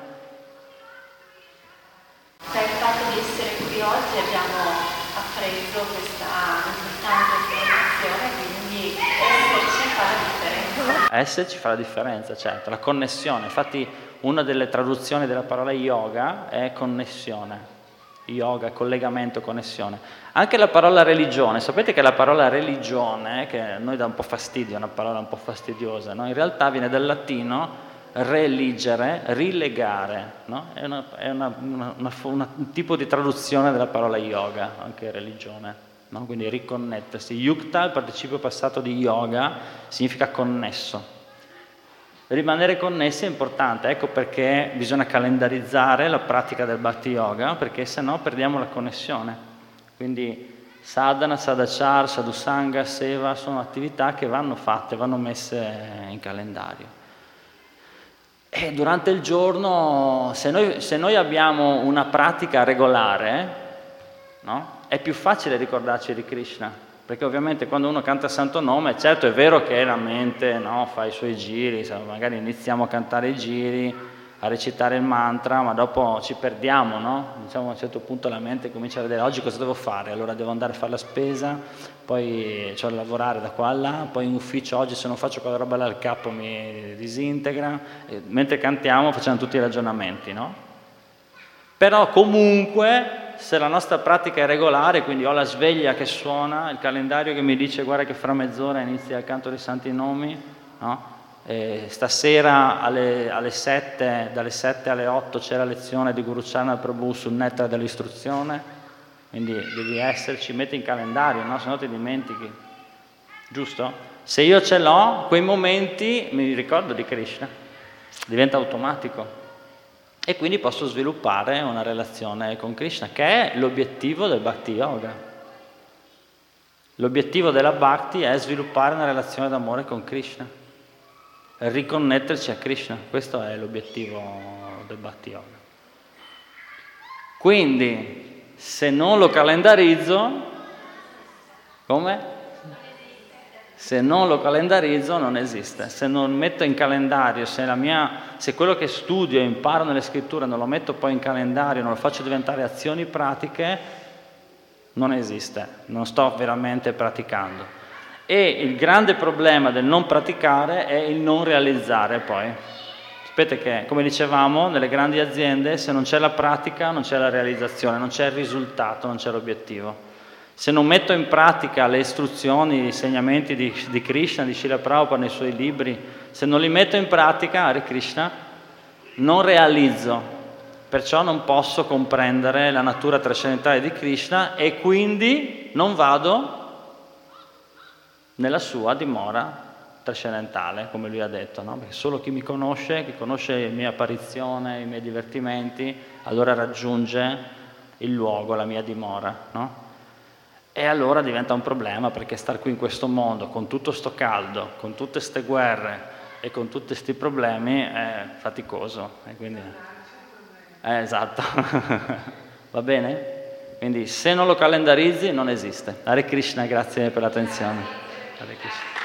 Per il fatto di essere qui oggi abbiamo appreso questa importante informazione, quindi esserci fa la differenza. Esserci fa la differenza, certo, la connessione. Infatti una delle traduzioni della parola yoga è connessione. Yoga, collegamento, connessione. Anche la parola religione, sapete che la parola religione, che a noi dà un po' fastidio, è una parola un po' fastidiosa, no? In realtà viene dal latino religere, rilegare, no? È, una, è una, una, una, una, un tipo di traduzione della parola yoga, anche religione, no? Quindi riconnettersi. Yukta, il participio passato di yoga, significa connesso. Rimanere connessi è importante, ecco perché bisogna calendarizzare la pratica del Bhakti Yoga, perché se no perdiamo la connessione. Quindi sadhana, sadachar, sadhusanga, seva sono attività che vanno fatte, vanno messe in calendario. E durante il giorno, se noi, se noi abbiamo una pratica regolare, no? È più facile ricordarci di Krishna, perché ovviamente quando uno canta il santo nome, certo è vero che la mente, no, fa i suoi giri, magari iniziamo a cantare i giri, a recitare il mantra, ma dopo ci perdiamo, no? Diciamo a un certo punto la mente comincia a vedere oggi cosa devo fare, allora devo andare a fare la spesa, poi c'ho da lavorare da qua a là, poi in ufficio oggi se non faccio quella roba là il capo mi disintegra, e mentre cantiamo facciamo tutti i ragionamenti, no? Però comunque se la nostra pratica è regolare, quindi ho la sveglia che suona, il calendario che mi dice guarda che fra mezz'ora inizia il canto dei santi nomi, no? E stasera alle, alle sette, dalle sette alle otto c'è la lezione di Guru Charana Prabhu sul nettare dell'istruzione, quindi devi esserci, metti in calendario, no? Se no ti dimentichi, giusto? Se io ce l'ho, quei momenti mi ricordo di Krishna, diventa automatico e quindi posso sviluppare una relazione con Krishna, che è l'obiettivo del Bhakti Yoga. L'obiettivo della Bhakti è sviluppare una relazione d'amore con Krishna, riconnetterci a Krishna, questo è l'obiettivo del Bhakti Yoga. Quindi, se non lo calendarizzo, come? Se non lo calendarizzo non esiste. Se non metto in calendario, se, la mia, se quello che studio e imparo nelle scritture non lo metto poi in calendario, non lo faccio diventare azioni pratiche, non esiste, non sto veramente praticando. E il grande problema del non praticare è il non realizzare poi. Sapete che, come dicevamo, nelle grandi aziende se non c'è la pratica non c'è la realizzazione, non c'è il risultato, non c'è l'obiettivo. Se non metto in pratica le istruzioni, gli insegnamenti di, di Krishna, di Srila Prabhupada nei suoi libri, se non li metto in pratica, Hare Krishna, non realizzo. Perciò non posso comprendere la natura trascendentale di Krishna e quindi non vado nella sua dimora trascendentale, come lui ha detto, no? Perché solo chi mi conosce, chi conosce le mie apparizioni, i miei divertimenti, allora raggiunge il luogo, la mia dimora, no? E allora diventa un problema, perché star qui in questo mondo, con tutto sto caldo, con tutte ste guerre e con tutti questi problemi, è faticoso. E quindi... Eh, esatto. Va bene? Quindi se non lo calendarizzi non esiste. Hare Krishna, grazie per l'attenzione. Hare Krishna.